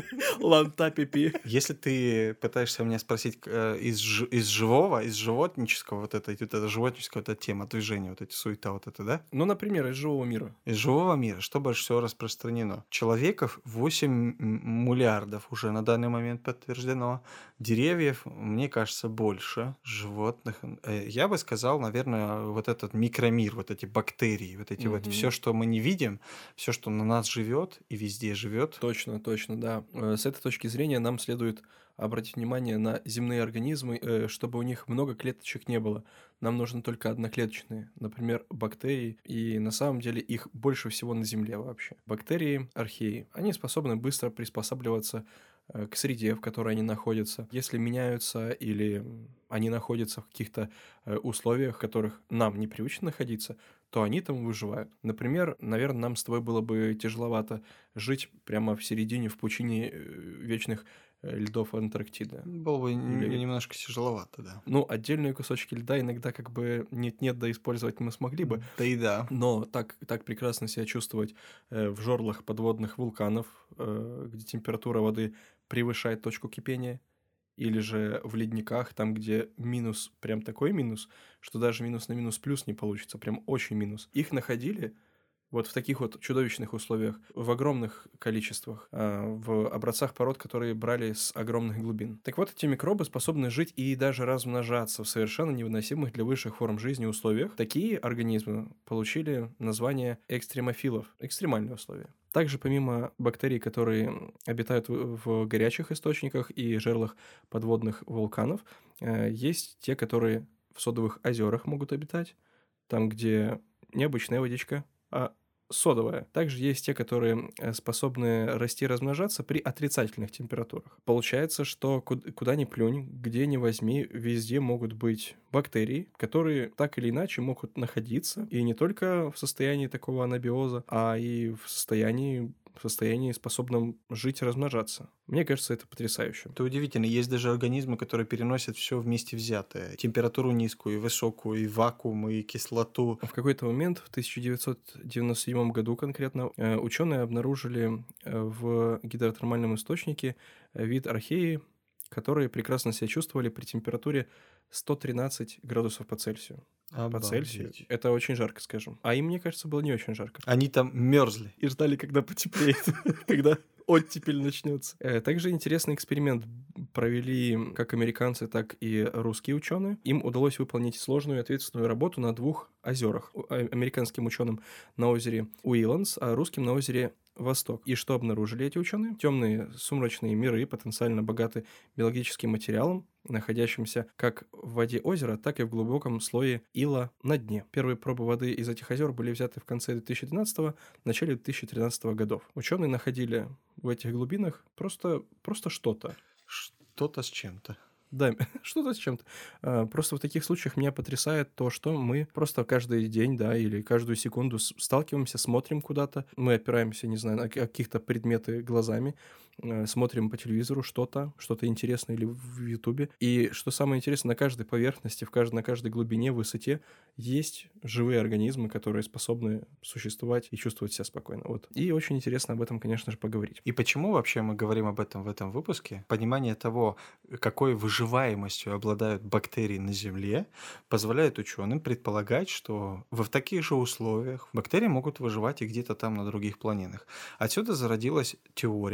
Лантапипи. Если ты пытаешься меня спросить э, из, ж- из живого, из животнического, вот это, вот это животническая вот эта тема, движение, вот эти суета, вот это, да? Ну, например, из живого мира. Из живого мира, что больше всего распространено? Человеков восемь м- миллиардов уже на данный момент подтверждено. Деревьев, мне кажется, больше. Животных. э, Я бы сказал, наверное, вот этот микромир, вот эти бактерии, вот эти вот Мгм. все, что мы не видим, все, что на нас живет и везде живет. Точно, точно, да. Э, С этой точки зрения нам следует обратить внимание на земные организмы, э, чтобы у них много клеточек не было. Нам нужны только одноклеточные, например, бактерии, и на самом деле их больше всего на Земле вообще. Бактерии, археи, они способны быстро приспосабливаться э, к среде, в которой они находятся. Если меняются или м, они находятся в каких-то э, условиях, в которых нам не привычно находиться, то они там выживают. Например, наверное, нам с тобой было бы тяжеловато жить прямо в середине, в пучине э, вечных э, льдов Антарктиды. Было бы н- Или- немножко тяжеловато, да. Ну, отдельные кусочки льда иногда как бы нет-нет, да использовать мы смогли бы. Да и да. Но так, так прекрасно себя чувствовать э, в жорлах подводных вулканов, э, где температура воды превышает точку кипения, или же в ледниках, там, где минус, прям такой минус, что даже минус на минус плюс не получится, прям очень минус. Их находили вот в таких вот чудовищных условиях, в огромных количествах, а, в образцах пород, которые брали с огромных глубин. Так вот, эти микробы способны жить и даже размножаться в совершенно невыносимых для высших форм жизни условиях. Такие организмы получили название экстремофилов, экстремальные условия. Также помимо бактерий, которые обитают в, в горячих источниках и жерлах подводных вулканов, э, есть те, которые в содовых озерах могут обитать, там, где не обычная водичка, а содовая. Также есть те, которые э, способны расти и размножаться при отрицательных температурах. Получается, что ку- куда ни плюнь, где ни возьми, везде могут быть бактерии, которые так или иначе могут находиться и не только в состоянии такого анабиоза, а и в состоянии в состоянии, способном жить и размножаться. Мне кажется, это потрясающе. Это удивительно. Есть даже организмы, которые переносят все вместе взятое. Температуру низкую, и высокую, и вакуум, и кислоту. В какой-то момент, в тысяча девятьсот девяносто седьмом году конкретно, э, ученые обнаружили э, в гидротермальном источнике э, вид археи, которые прекрасно себя чувствовали при температуре сто тринадцать градусов по Цельсию. По Цельсию. Обалдеть. Это очень жарко, скажем. А им, мне кажется, было не очень жарко. Они там мерзли. И ждали, когда потеплеет, когда оттепель начнется. Э, Также интересный эксперимент провели как американцы, так и русские ученые. Им удалось выполнить сложную и ответственную работу на двух озерах. У- а- Американским ученым на озере Уилланс, а русским на озере Восток. И что обнаружили эти ученые? Темные сумрачные миры, потенциально богаты биологическим материалом, находящимся как в воде озера, так и в глубоком слое ила на дне. Первые пробы воды из этих озер были взяты в конце две тысячи двенадцатого, начале две тысячи тринадцатого годов. Ученые находили в этих глубинах просто, просто что-то. Что-то с чем-то. Да, что-то с чем-то. А, Просто в таких случаях меня потрясает то, что мы просто каждый день, да, или каждую секунду с- сталкиваемся, смотрим куда-то, мы опираемся, не знаю, на ка- каких-то предметы глазами, э, смотрим по телевизору что-то, что-то интересное или в Ютубе. И что самое интересное, на каждой поверхности, в кажд- на каждой глубине, высоте есть живые организмы, которые способны существовать и чувствовать себя спокойно. Вот. И очень интересно об этом, конечно же, поговорить. И почему вообще мы говорим об этом в этом выпуске? Понимание того, какой выживаемостью обладают бактерии на Земле, позволяет ученым предполагать, что в таких же условиях бактерии могут выживать и где-то там на других планетах. Отсюда зародилась теория, которая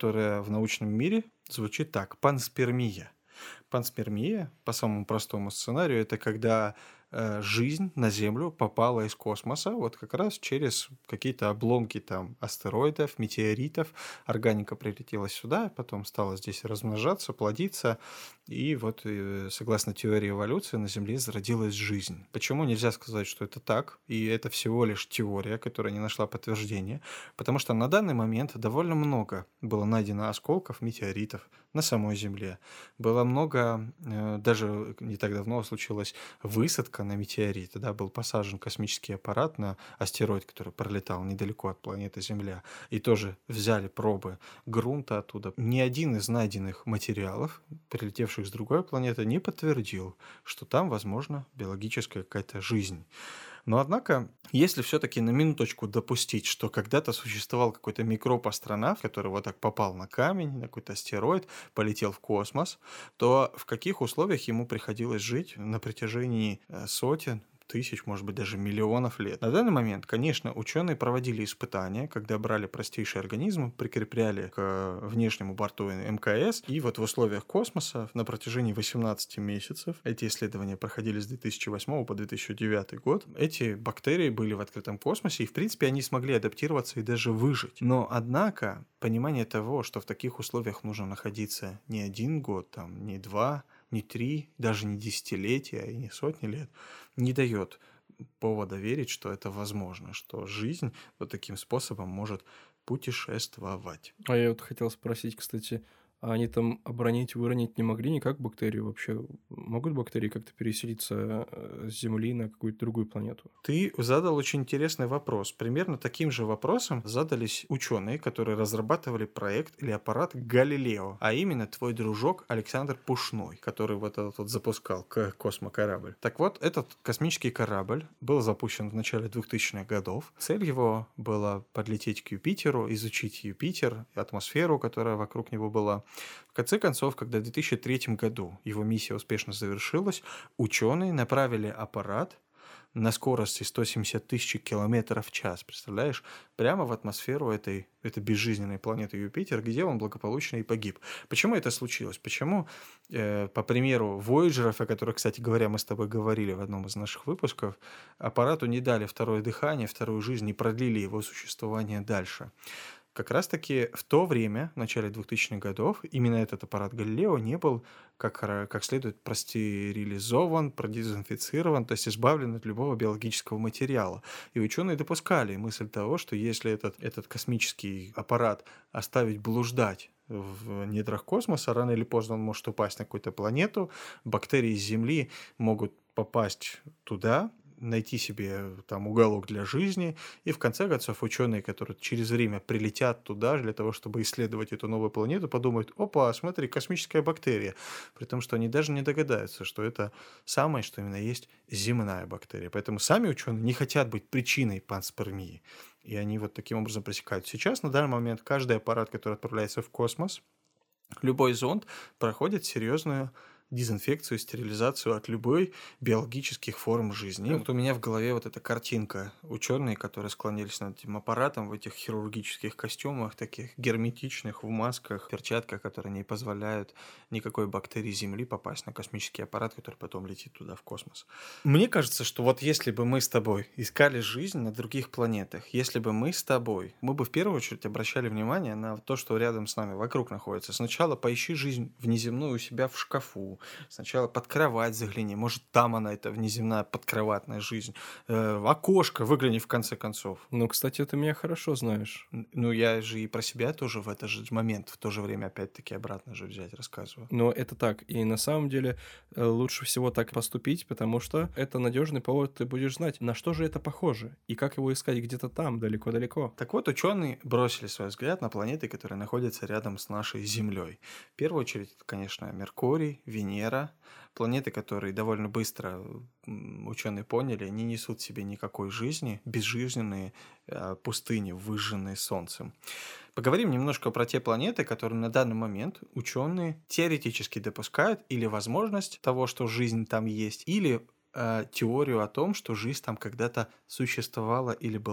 которая в научном мире звучит так: панспермия. Панспермия, по самому простому сценарию, это когда э, жизнь на Землю попала из космоса вот как раз через какие-то обломки там астероидов, метеоритов. Органика прилетела сюда, потом стала здесь размножаться, плодиться, и вот э, согласно теории эволюции на Земле зародилась жизнь. Почему нельзя сказать, что это так, и это всего лишь теория, которая не нашла подтверждения? Потому что на данный момент довольно много было найдено осколков метеоритов на самой Земле. Было много, э, даже не так давно случилась высадка на метеорит, да, был посажен космический аппарат на астероид, который пролетал недалеко от планеты Земля, и тоже взяли пробы грунта оттуда. Ни один из найденных материалов, прилетевших с другой планеты, не подтвердил, что там, возможно, биологическая какая-то жизнь. Но однако, если все-таки на минуточку допустить, что когда-то существовал какой-то микроб-астронавт, который вот так попал на камень, на какой-то астероид, полетел в космос, то в каких условиях ему приходилось жить на протяжении э, сотен, тысяч, может быть, даже миллионов лет. На данный момент, конечно, ученые проводили испытания, когда брали простейшие организмы, прикрепляли к внешнему борту эм ка эс, и вот в условиях космоса на протяжении восемнадцати месяцев, эти исследования проходили с две тысячи восьмого по две тысячи девятый год, эти бактерии были в открытом космосе, и, в принципе, они смогли адаптироваться и даже выжить. Но, однако, понимание того, что в таких условиях нужно находиться не один год, там, не два, не три, даже не десятилетия и не сотни лет, не дает повода верить, что это возможно, что жизнь вот таким способом может путешествовать. А я вот хотел спросить, кстати, а они там оборонить, выронить не могли никак бактерии вообще? Могут бактерии как-то переселиться э, с Земли на какую-то другую планету? Ты задал очень интересный вопрос. Примерно таким же вопросом задались ученые, которые разрабатывали проект или аппарат Галилео, а именно твой дружок Александр Пушной, который вот этот вот запускал к- космокорабль. Так вот, этот космический корабль был запущен в начале двухтысячных годов. Цель его была подлететь к Юпитеру, изучить Юпитер, атмосферу, которая вокруг него была. В конце концов, когда в две тысячи третьем году его миссия успешно завершилась, ученые направили аппарат на скорости сто семьдесят тысяч километров в час, представляешь, прямо в атмосферу этой, этой безжизненной планеты Юпитер, где он благополучно и погиб. Почему это случилось? Почему, э, по примеру Вояджеров, о которых, кстати говоря, мы с тобой говорили в одном из наших выпусков, аппарату не дали второе дыхание, вторую жизнь, не продлили его существование дальше? Как раз-таки в то время, в начале двухтысячных годов, именно этот аппарат Галилео не был как, ра- как следует простерилизован, продезинфицирован, то есть избавлен от любого биологического материала. И ученые допускали мысль того, что если этот, этот космический аппарат оставить блуждать в недрах космоса, рано или поздно он может упасть на какую-то планету, бактерии с Земли могут попасть туда, найти себе там уголок для жизни, и в конце концов ученые, которые через время прилетят туда для того, чтобы исследовать эту новую планету, подумают: опа, смотри, космическая бактерия, при том, что они даже не догадаются, что это самое, что именно есть земная бактерия. Поэтому сами ученые не хотят быть причиной панспермии, и они вот таким образом пресекают. Сейчас, на данный момент, каждый аппарат, который отправляется в космос, любой зонд проходит серьезную дезинфекцию, стерилизацию от любой биологических форм жизни. И вот у меня в голове вот эта картинка. Ученые, которые склонились над этим аппаратом в этих хирургических костюмах, таких герметичных, в масках, перчатках, которые не позволяют никакой бактерии Земли попасть на космический аппарат, который потом летит туда, в космос. Мне кажется, что вот если бы мы с тобой искали жизнь на других планетах, если бы мы с тобой, мы бы в первую очередь обращали внимание на то, что рядом с нами, вокруг находится. Сначала поищи жизнь внеземную у себя в шкафу, сначала под кровать загляни, может, там она, эта внеземная подкроватная жизнь. Э, в окошко выгляни, в конце концов. Ну, кстати, ты меня хорошо знаешь. Н- Ну, я же и про себя тоже в этот же момент, в то же время, опять-таки, обратно же взять рассказываю. Но это так. И на самом деле э, лучше всего так поступить, потому что это надежный повод, ты будешь знать, на что же это похоже, и как его искать где-то там, далеко-далеко. Так вот, ученые бросили свой взгляд на планеты, которые находятся рядом с нашей Землей. В первую очередь, это, конечно, Меркурий, Венера, планеты, которые довольно быстро м, ученые поняли, не несут в себе никакой жизни, безжизненные э, пустыни, выжженные солнцем. Поговорим немножко про те планеты, которые на данный момент ученые теоретически допускают или возможность того, что жизнь там есть, или э, теорию о том, что жизнь там когда-то существовала или была.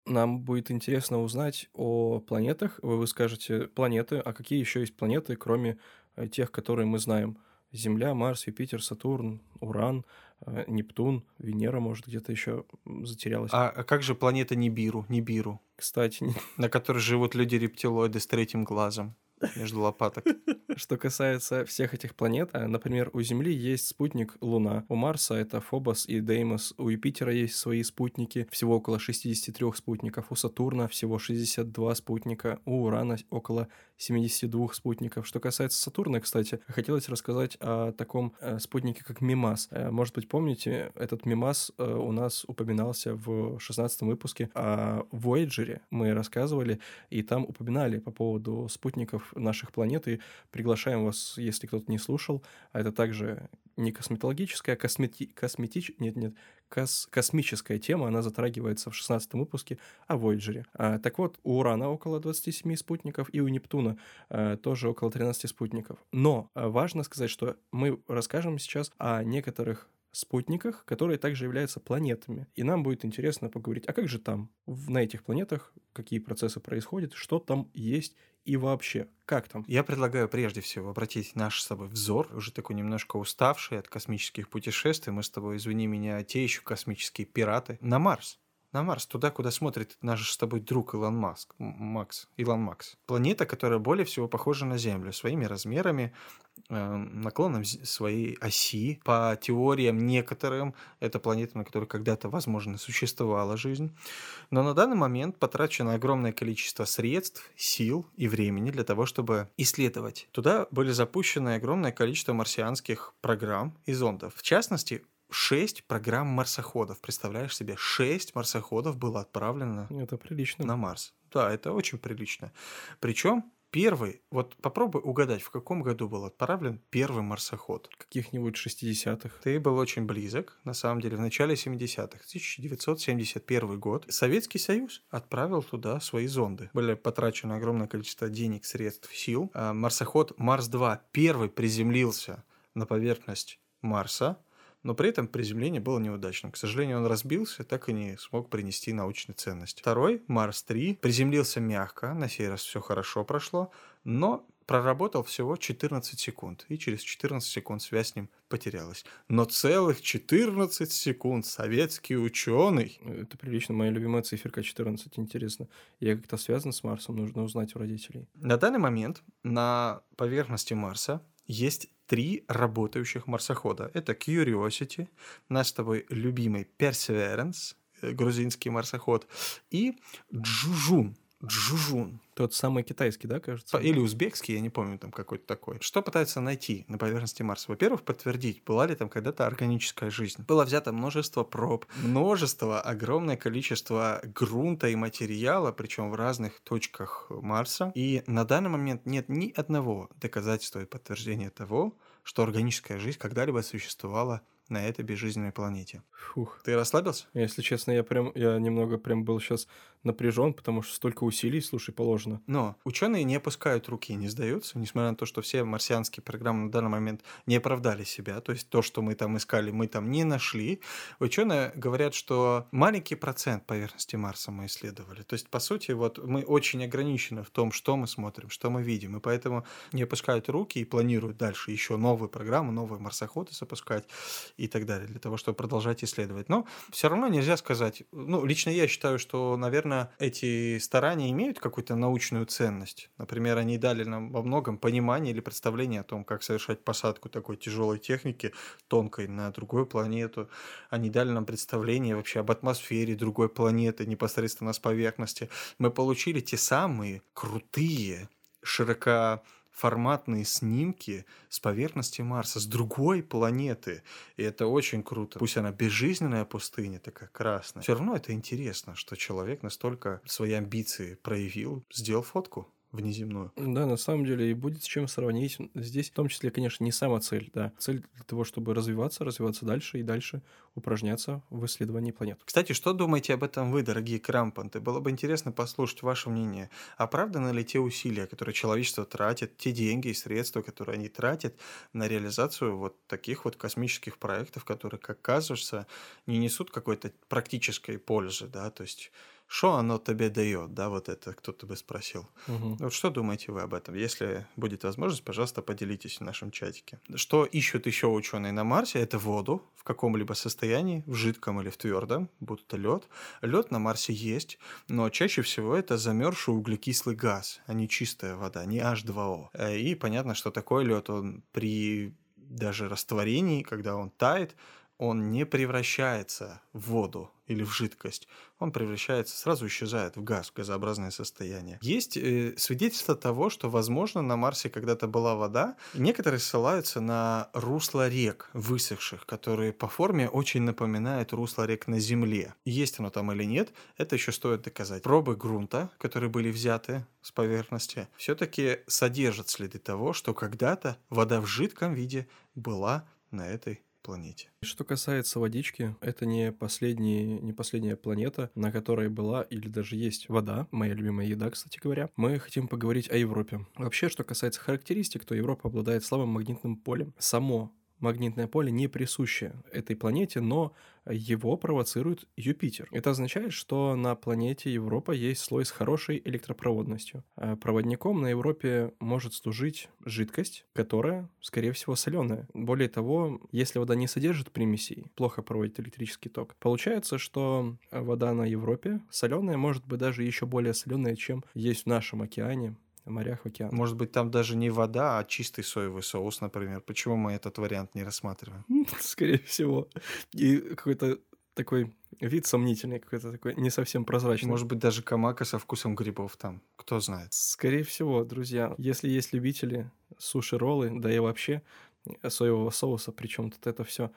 Нам будет интересно узнать о планетах. Вы, вы скажете планеты, а какие еще есть планеты, кроме э, тех, которые мы знаем? Земля, Марс, Юпитер, Сатурн, Уран, э, Нептун, Венера, может, где-то еще м, затерялась. А, а как же планета Нибиру, Нибиру, Кстати, на которой живут люди-рептилоиды с третьим глазом между лопаток? что касается всех этих планет, а, например, у Земли есть спутник Луна, у Марса это Фобос и Деймос, у Юпитера есть свои спутники, всего около шестьдесят три спутников, у Сатурна всего шестьдесят два спутника, у Урана около семьдесят два спутников. Что касается Сатурна, кстати, хотелось рассказать о таком э, спутнике, как Мимас. Э, может быть, помните, этот Мимас э, у нас упоминался в шестнадцатом выпуске о Voyager. Мы рассказывали, и там упоминали по поводу спутников наших планет, и приглашаем вас, если кто-то не слушал, а это также не косметологическая, а космети... косметич... Нет, нет, кос... космическая тема, она затрагивается в шестнадцатом выпуске о Voyager. А, так вот, у Урана около двадцати семи спутников, и у Нептуна а, тоже около тринадцати спутников. Но а, важно сказать, что мы расскажем сейчас о некоторых спутниках, которые также являются планетами. И нам будет интересно поговорить, а как же там, в, на этих планетах, какие процессы происходят, что там есть и вообще, как там? Я предлагаю прежде всего обратить наш с тобой взор, уже такой немножко уставший от космических путешествий, мы с тобой, извини меня, те еще космические пираты, на Марс. На Марс, туда, куда смотрит наш с тобой друг Илон Маск, М- Макс, Илон Макс. Планета, которая более всего похожа на Землю своими размерами, э, наклоном з- своей оси. По теориям некоторым, это планета, на которой когда-то, возможно, существовала жизнь. Но на данный момент потрачено огромное количество средств, сил и времени для того, чтобы исследовать. Туда были запущены огромное количество марсианских программ и зондов. В частности, шесть программ марсоходов. Представляешь себе, шесть марсоходов было отправлено Это прилично. на Марс. Да, это очень прилично. Причем первый, вот попробуй угадать, в каком году был отправлен первый марсоход. Каких-нибудь шестидесятых. Ты был очень близок, на самом деле, в начале семидесятых, тысяча девятьсот семьдесят первый год. Советский Союз отправил туда свои зонды. Были потрачено огромное количество денег, средств, сил. А марсоход Марс-два первый приземлился на поверхность Марса, но при этом приземление было неудачным. К сожалению, он разбился, так и не смог принести научной ценности. Второй, Марс-три, приземлился мягко, на сей раз все хорошо прошло, но проработал всего четырнадцать секунд, и через четырнадцать секунд связь с ним потерялась. Но целых четырнадцать секунд советский ученый. Это прилично. Моя любимая циферка четырнадцать. Интересно. Я как-то связан с Марсом, нужно узнать у родителей. На данный момент на поверхности Марса есть три работающих марсохода. Это Curiosity, наш с тобой любимый Perseverance, э, грузинский марсоход, и Джужун. Джужун. Тот самый китайский, да, кажется? По- Или узбекский, я не помню, там какой-то такой. Что пытаются найти на поверхности Марса? Во-первых, подтвердить, была ли там когда-то органическая жизнь. Было взято множество проб, множество, огромное количество грунта и материала, причем в разных точках Марса. И на данный момент нет ни одного доказательства и подтверждения того, что органическая жизнь когда-либо существовала на этой безжизненной планете. Фух. Ты расслабился? Если честно, я прям, я немного прям был сейчас напряжен, потому что столько усилий, слушай, положено. Но ученые не опускают руки, не сдаются, несмотря на то, что все марсианские программы на данный момент не оправдали себя. То есть то, что мы там искали, мы там не нашли. Ученые говорят, что маленький процент поверхности Марса мы исследовали. То есть, по сути, вот мы очень ограничены в том, что мы смотрим, что мы видим. И поэтому не опускают руки и планируют дальше еще новые программы, новые марсоходы запускать и так далее, для того, чтобы продолжать исследовать. Но все равно нельзя сказать, ну, лично я считаю, что, наверное, эти старания имеют какую-то научную ценность. Например, они дали нам во многом понимание или представление о том, как совершать посадку такой тяжелой техники, тонкой, на другую планету. Они дали нам представление вообще об атмосфере другой планеты, непосредственно с поверхности. Мы получили те самые крутые, широко форматные снимки с поверхности Марса, с другой планеты. И это очень круто. Пусть она безжизненная пустыня, такая красная. Все равно это интересно, что человек настолько свои амбиции проявил, сделал фотку внеземную. Да, на самом деле, и будет с чем сравнить. Здесь, в том числе, конечно, не сама цель, да. Цель для того, чтобы развиваться, развиваться дальше и дальше упражняться в исследовании планет. Кстати, что думаете об этом вы, дорогие крампанты? Было бы интересно послушать ваше мнение. Оправданы ли те усилия, которые человечество тратит, те деньги и средства, которые они тратят на реализацию вот таких вот космических проектов, которые, как кажется, не несут какой-то практической пользы, да, то есть что оно тебе дает, да, вот это кто-то бы спросил. Мгм. Вот что думаете вы об этом? Если будет возможность, пожалуйста, поделитесь в нашем чатике. Что ищут еще ученые на Марсе? Это воду в каком-либо состоянии, в жидком или в твердом, будь то лед. Лед на Марсе есть, но чаще всего это замерзший углекислый газ, а не чистая вода, не эйч два о. Э, И понятно, что такой лед, он при даже растворении, когда он тает, он не превращается в воду или в жидкость. Он превращается, сразу исчезает в газ, в газообразное состояние. Есть э, свидетельство того, что, возможно, на Марсе когда-то была вода. Некоторые ссылаются на русло рек, высохших, которые по форме очень напоминают русло рек на Земле. Есть оно там или нет, это еще стоит доказать. Пробы грунта, которые были взяты с поверхности, все-таки содержат следы того, что когда-то вода в жидком виде была на этой планете. Что касается водички, это не, последний, не последняя планета, на которой была или даже есть вода, моя любимая еда, кстати говоря. Мы хотим поговорить о Европе. Вообще, что касается характеристик, то Европа обладает слабым магнитным полем. Само магнитное поле не присуще этой планете, но его провоцирует Юпитер. Это означает, что на планете Европа есть слой с хорошей электропроводностью. А проводником на Европе может служить жидкость, которая, скорее всего, соленая. Более того, если вода не содержит примесей, плохо проводит электрический ток, получается, что вода на Европе соленая, может быть даже еще более соленая, чем есть в нашем океане, в морях, океанах. Может быть, там даже не вода, а чистый соевый соус, например. Почему мы этот вариант не рассматриваем? Скорее всего. И какой-то такой вид сомнительный, какой-то такой не совсем прозрачный. Может быть, даже камака со вкусом грибов там. Кто знает. Скорее всего, друзья, если есть любители суши-роллы, да и вообще соевого соуса, причем тут это все,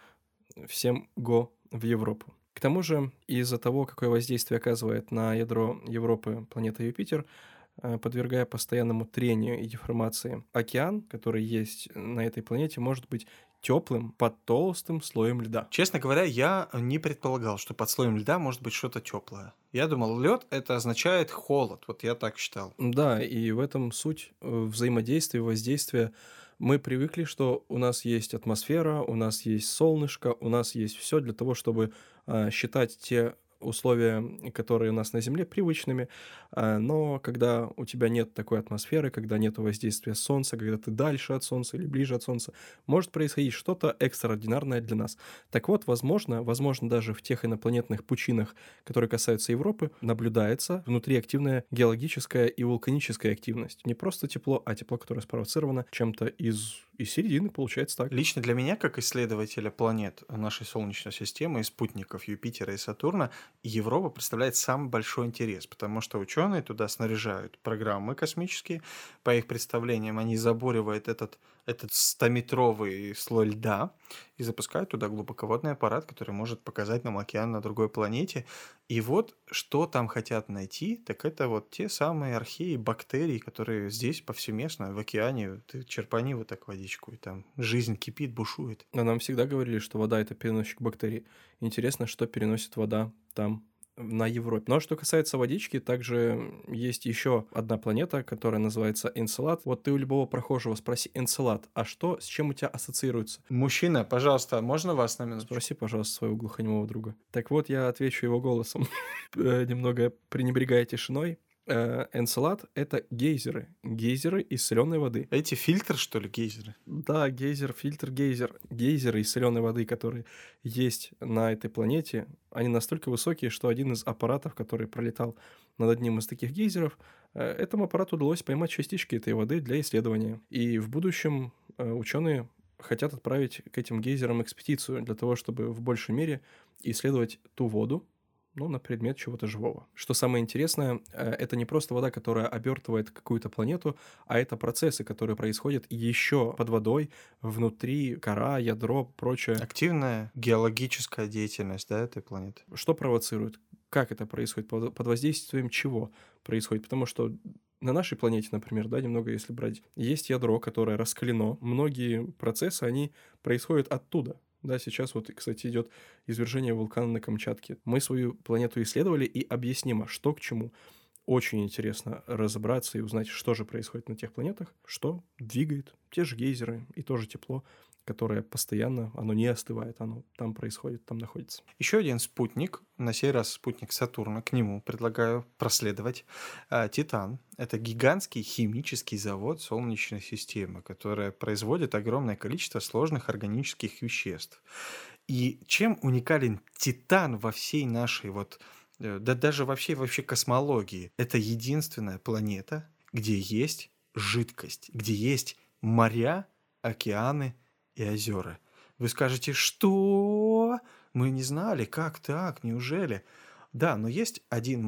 всем го в Европу. К тому же, из-за того, какое воздействие оказывает на ядро Европы планета Юпитер, э, подвергая постоянному трению и деформации, океан, который есть на этой планете, может быть теплым под толстым слоем льда. Честно говоря, я не предполагал, что под слоем льда может быть что-то теплое. Я думал, лед это означает холод. Вот я так считал. Да, и в этом суть э, взаимодействия, воздействия. Мы привыкли, что у нас есть атмосфера, у нас есть солнышко, у нас есть все для того, чтобы а, считать те условия, которые у нас на Земле, привычными. А, но когда у тебя нет такой атмосферы, когда нет воздействия Солнца, когда ты дальше от Солнца или ближе от Солнца, может происходить что-то экстраординарное для нас. Так вот, возможно, возможно, даже в тех инопланетных пучинах, которые касаются Европы, наблюдается внутри активная геологическая и вулканическая активность. Не просто тепло, а тепло, которое спровоцировано чем-то из, из середины, получается так. Лично для меня, как исследователя планет нашей Солнечной системы и спутников Юпитера и Сатурна, Европа представляет самый большой интерес, потому что ученые туда снаряжают программы космические. По их представлениям, они забуривают этот, этот стометровый слой льда и запускают туда глубоководный аппарат, который может показать нам океан на другой планете. И вот что там хотят найти, так это вот те самые археи бактерий, которые здесь повсеместно в океане. Ты черпани вот так водичку, и там жизнь кипит, бушует. Но нам всегда говорили, что вода — это переносчик бактерий. Интересно, что переносит вода там, на Европе. Но что касается водички, также есть еще одна планета, которая называется Энцелад. Вот ты у любого прохожего спроси: Энцелад, а что, с чем у тебя ассоциируется? Мужчина, пожалуйста, можно вас на минуточку? Спроси, пожалуйста, своего глухонемого друга. Так вот, я отвечу его голосом, э, немного пренебрегая тишиной. Э, Энцелад — это гейзеры. Гейзеры из соленой воды. Эти фильтры, что ли, гейзеры? Да, гейзер, фильтр, гейзер. Гейзеры из соленой воды, которые есть на этой планете, они настолько высокие, что один из аппаратов, который пролетал над одним из таких гейзеров, э, этому аппарату удалось поймать частички этой воды для исследования. И в будущем э, ученые хотят отправить к этим гейзерам экспедицию для того, чтобы в большей мере исследовать ту воду, ну, на предмет чего-то живого. Что самое интересное, э, это не просто вода, которая обертывает какую-то планету, а это процессы, которые происходят еще под водой, внутри кора, ядро, прочее. Активная геологическая деятельность, да, этой планеты. Что провоцирует? Как это происходит? Под под воздействием чего происходит? Потому что на нашей планете, например, да, немного если брать, есть ядро, которое раскалено. Многие процессы, они происходят оттуда. Да, сейчас вот, кстати, идет извержение вулкана на Камчатке. Мы свою планету исследовали и объяснимо, что к чему. очень интересно разобраться и узнать, что же происходит на тех планетах, что двигает те же гейзеры и то же тепло, которое постоянно, оно не остывает, оно там происходит, там находится. Еще один спутник, на сей раз спутник Сатурна, к нему предлагаю проследовать. А, Титан– это гигантский химический завод Солнечной системы, который производит огромное количество сложных органических веществ. И чем уникален Титан во всей нашей вот, э, да даже во всей вообще космологии? Это единственная планета, где есть жидкость, где есть моря, океаны и озера. Вы скажете, что? Мы не знали, как так, неужели? Да, но есть один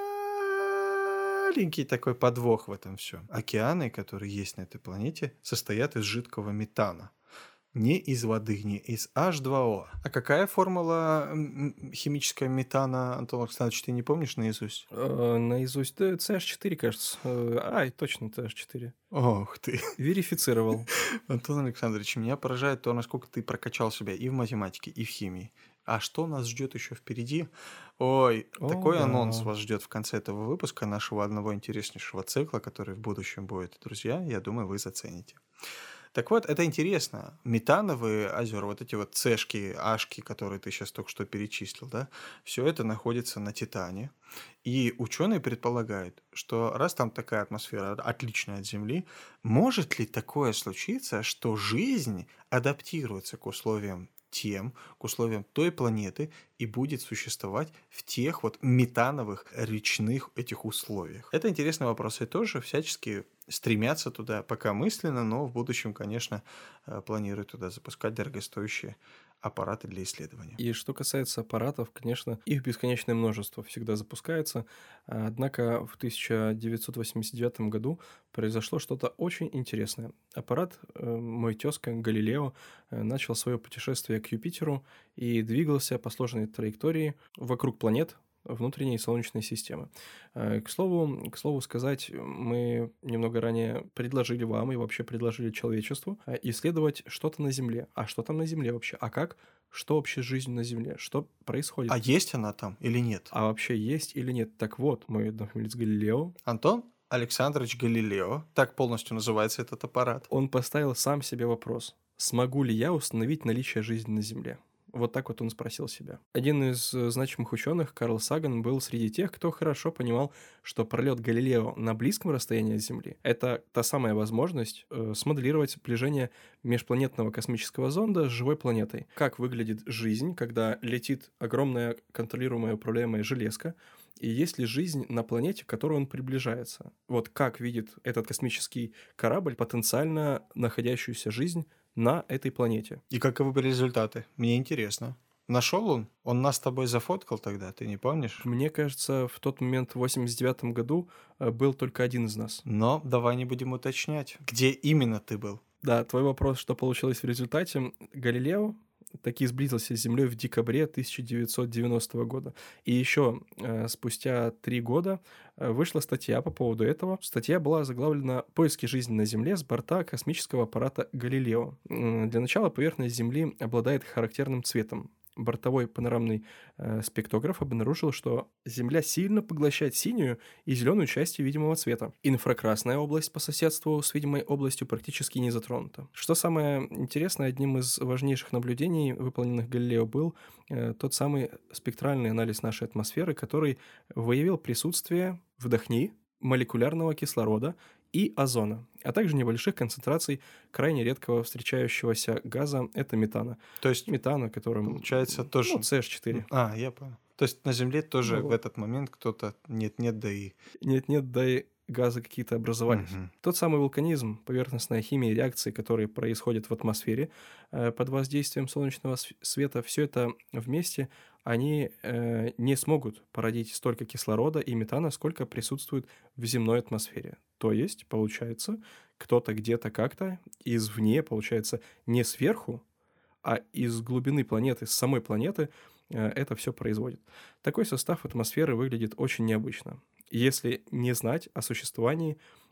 маленький такой подвох в этом всем. Океаны, которые есть на этой планете, состоят из жидкого метана. Не из воды, не из эйч два о. А какая формула м, химическая метана, Антон Александрович, ты не помнишь наизусть? Э, Наизусть, да, си эйч четыре, кажется. Э, Ай, точно, си эйч четыре. Ох ты. Верифицировал. Антон Александрович, меня поражает то, насколько ты прокачал себя и в математике, и в химии. А что нас ждет еще впереди? Ой, О, такой да. анонс вас ждет в конце этого выпуска нашего одного интереснейшего цикла, который в будущем будет. Друзья, я думаю, вы зацените. Так вот, это интересно. Метановые озера, вот эти вот цешки, ашки, которые ты сейчас только что перечислил, да, все это находится на Титане. И ученые предполагают, что раз там такая атмосфера отличная от Земли, может ли такое случиться, что жизнь адаптируется к условиям тем, к условиям той планеты и будет существовать в тех вот метановых речных этих условиях? Это интересный вопрос, и тоже всячески стремятся туда пока мысленно, но в будущем, конечно, э, планируют туда запускать дорогостоящие аппараты для исследования. И что касается аппаратов, конечно, их бесконечное множество всегда запускается. А, Однако в тысяча девятьсот восемьдесят девятом году произошло что-то очень интересное. Аппарат, э, мой тезка Галилео, э, начал свое путешествие к Юпитеру и двигался по сложной траектории вокруг планет внутренней Солнечной системы. Э, К слову, к слову сказать, мы немного ранее предложили вам и вообще предложили человечеству э, исследовать что-то на Земле. А что там на Земле вообще? А как? Что вообще жизнь на Земле? Что происходит? А есть она там или нет? А вообще есть или нет? Так вот, мой однофамилец Галилео, Антон Александрович Галилео, так полностью называется этот аппарат. он поставил сам себе вопрос: смогу ли я установить наличие жизни на Земле? Вот так вот он спросил себя. Один из э, значимых ученых, Карл Саган, был среди тех, кто хорошо понимал, что пролет Галилео на близком расстоянии от Земли — это та самая возможность э, смоделировать сближение межпланетного космического зонда с живой планетой. Как выглядит жизнь, когда летит огромная контролируемая управляемая железка, и есть ли жизнь на планете, к которой он приближается? Вот как видит этот космический корабль потенциально находящуюся жизнь на этой планете? И каковы были результаты? Мне интересно. Нашел он? Он нас с тобой зафоткал тогда, ты не помнишь? Мне кажется, в тот момент, в восемьдесят девятом году, э, был только один из нас. Но давай не будем уточнять. Где именно ты был? Да, твой вопрос, что получилось в результате. Галилео таки сблизился с Землей в декабре тысяча девятьсот девяностого года. И еще э, спустя три года э, вышла статья по поводу этого. Статья была заглавлена «Поиски жизни на Земле с борта космического аппарата Галилео». М, Для начала поверхность Земли обладает характерным цветом. Бортовой панорамный э, спектрограф обнаружил, что Земля сильно поглощает синюю и зеленую части видимого цвета. Инфракрасная область по соседству с видимой областью практически не затронута. Что самое интересное, одним из важнейших наблюдений, выполненных Галилео, был э, тот самый спектральный анализ нашей атмосферы, который выявил присутствие, вдохни, молекулярного кислорода и озона, а также небольших концентраций крайне редкого встречающегося газа — это метана. То есть, Метана, которым... получается, тоже... Ну, си эйч четыре. А, я понял. То есть на Земле тоже Ну в вот. этот момент кто-то нет-нет, да и... Нет-нет, да и газы какие-то образовались. Мгм. Тот самый вулканизм, поверхностная химия, реакции, которые происходят в атмосфере э, под воздействием солнечного св- света, все это вместе, они э, не смогут породить столько кислорода и метана, сколько присутствует в земной атмосфере. То есть, получается, кто-то где-то как-то извне, получается, не сверху, а из глубины планеты, с самой планеты, э, это все производит. Такой состав атмосферы выглядит очень необычно. Если не знать о существовании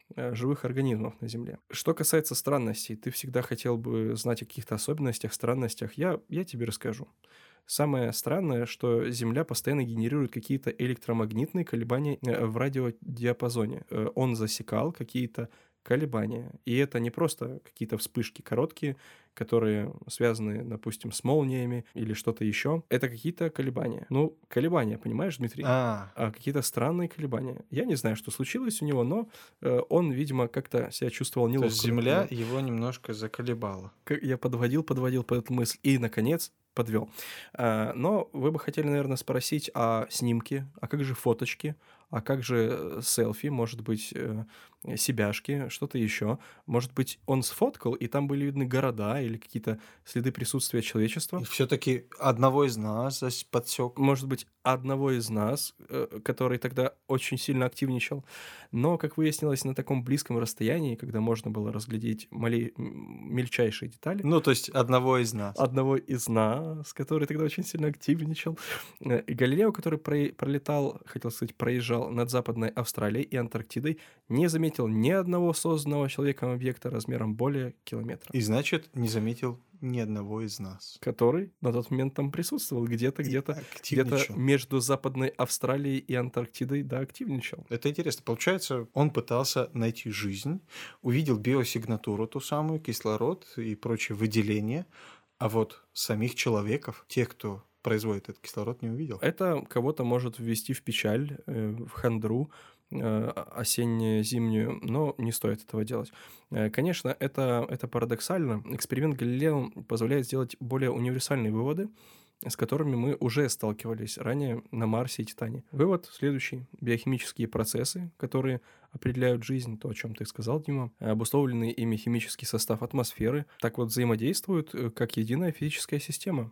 э, живых организмов на Земле. Что касается странностей, ты всегда хотел бы знать о каких-то особенностях, странностях. Я, я тебе расскажу. Самое странное, что Земля постоянно генерирует какие-то электромагнитные колебания э, в радиодиапазоне. Э, Он засекал какие-то колебания. И это не просто какие-то вспышки короткие, которые связаны, допустим, с молниями или что-то еще. Это какие-то колебания. Ну, колебания, понимаешь, Дмитрий? А, А, какие-то странные колебания. Я не знаю, что случилось у него, но э, он, видимо, как-то себя чувствовал то есть неловко в этот Земля момент. его немножко заколебала. К- Я подводил, подводил под эту мысль и, наконец, подвел. А, Но вы бы хотели, наверное, спросить о снимке, а как же фоточки, а как же э, селфи, может быть, э, себяшки, что-то еще. Может быть, он сфоткал, и там были видны города или какие-то следы присутствия И человечества. все-таки одного из нас зас- подсек. Может быть, одного из нас, э, который тогда очень сильно активничал. Но, как выяснилось, на таком близком расстоянии, когда можно было разглядеть малей- м, мельчайшие детали, Ну, то есть одного из нас. одного из нас, который тогда очень сильно активничал. Э, И Галилео, который про- пролетал, хотел сказать, проезжал над Западной Австралией и Антарктидой, не заметил ни одного созданного человеком объекта размером более километра, И значит, не заметил ни одного из нас. который на тот момент там присутствовал, где-то, И где-то, где-то активничал. между Западной Австралией и Антарктидой, да, активничал. Это интересно. Получается, он пытался найти жизнь, увидел биосигнатуру ту самую, кислород и прочие выделения, а вот самих человеков, тех, кто производит этот кислород, не увидел. Это кого-то может ввести в печаль, э, в хандру э, осенне-зимнюю, но не стоит этого делать. Э, Конечно, это, это парадоксально. Эксперимент Галилео позволяет сделать более универсальные выводы, с которыми мы уже сталкивались ранее на Марсе и Титане. Вывод следующий. Биохимические процессы, которые определяют жизнь, то, о чем ты сказал, Дима, обусловленный ими химический состав атмосферы, так вот взаимодействуют э, как единая физическая система.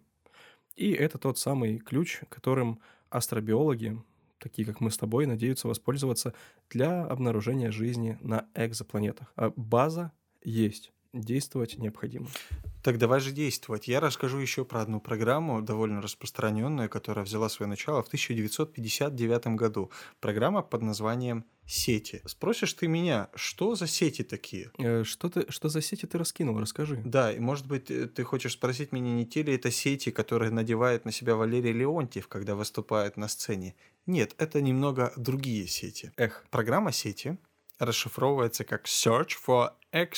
И это тот самый ключ, которым астробиологи, такие как мы с тобой, надеются воспользоваться для обнаружения жизни на экзопланетах. А база есть, действовать необходимо. Так давай же действовать. Я расскажу еще про одну программу, довольно распространенную, которая взяла свое начало в тысяча девятьсот пятьдесят девятом году. Программа под названием «Сети». Спросишь ты меня, что за сети такие? Э, Что, ты, что за сети ты раскинул? Расскажи. Да, и может быть, э, ты хочешь спросить меня, не те ли это сети, которые надевает на себя Валерий Леонтьев, когда выступает на сцене? Нет, это немного другие сети. Эх, Программа сети расшифровывается как Search for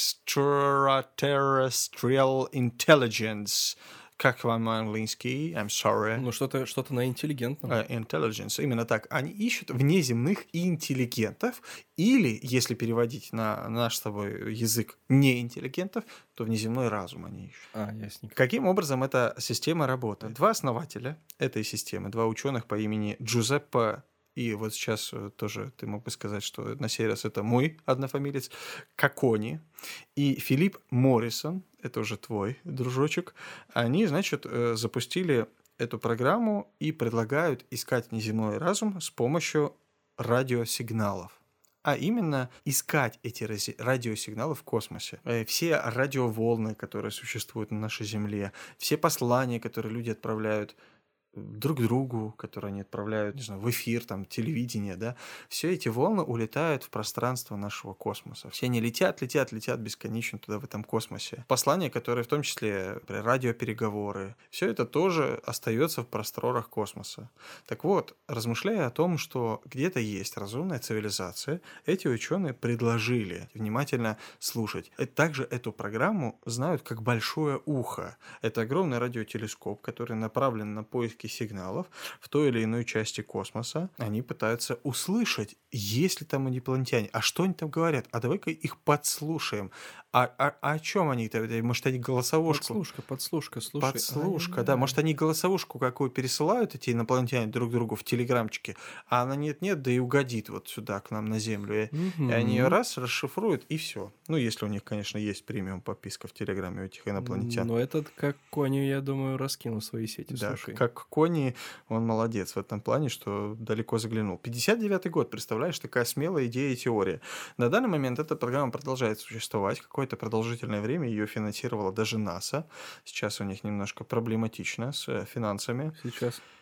Extraterrestrial Intelligence. Как вам английский? I'm sorry. ну что-то что на интеллигентном. Э, Intelligence. Именно так. Они ищут внеземных интеллигентов, или, если переводить на наш с тобой язык, неинтеллигентов, то внеземной разум они ищут. А, ясненько. Каким образом эта система работает? Два основателя этой системы, два ученых по имени Джузеппе, и вот сейчас э, тоже ты мог бы сказать, что на сей раз это мой однофамилец, Кокони, и Филипп Моррисон, это уже твой дружочек, они, значит, э, запустили эту программу и предлагают искать неземной разум с помощью радиосигналов. А именно искать эти рази- радиосигналы в космосе. Э, Все радиоволны, которые существуют на нашей Земле, все послания, которые люди отправляют друг другу, которые они отправляют, не знаю, в эфир, там, телевидение, да, все эти волны улетают в пространство нашего космоса. Все они летят, летят, летят бесконечно туда, в этом космосе. Послания, которые в том числе, например, радиопереговоры, все это тоже остается в просторах космоса. Так вот, размышляя о том, что где-то есть разумная цивилизация, эти ученые предложили внимательно слушать. И также эту программу знают как большое ухо. Это огромный радиотелескоп, который направлен на поиски сигналов в той или иной части космоса. Они пытаются услышать, есть ли там инопланетяне, а что они там говорят, а давай-ка их подслушаем. А, а- а о чем они-то? Может, они голосовушку? Подслушка, подслушка, слушай. Подслушка, да. Ай-яй-яй. Может, они голосовушку какую пересылают, эти инопланетяне, друг другу в телеграмчике, а она нет-нет, да и угодит вот сюда, к нам на Землю. И, и они ее Мгм. раз расшифруют, и все. Ну, если у них, конечно, есть премиум подписка в Телеграме у этих инопланетян. Но этот, как Кони, я думаю, раскинул свои сети, Да, слушай. как Кони, он молодец в этом плане, что далеко заглянул. пятьдесят девятый год, представляешь, такая смелая идея и теория. На данный момент эта программа продолжает существовать. Какое-то продолжительное время ее финансировала даже НАСА. Сейчас у них немножко проблематично с э, финансами. Сейчас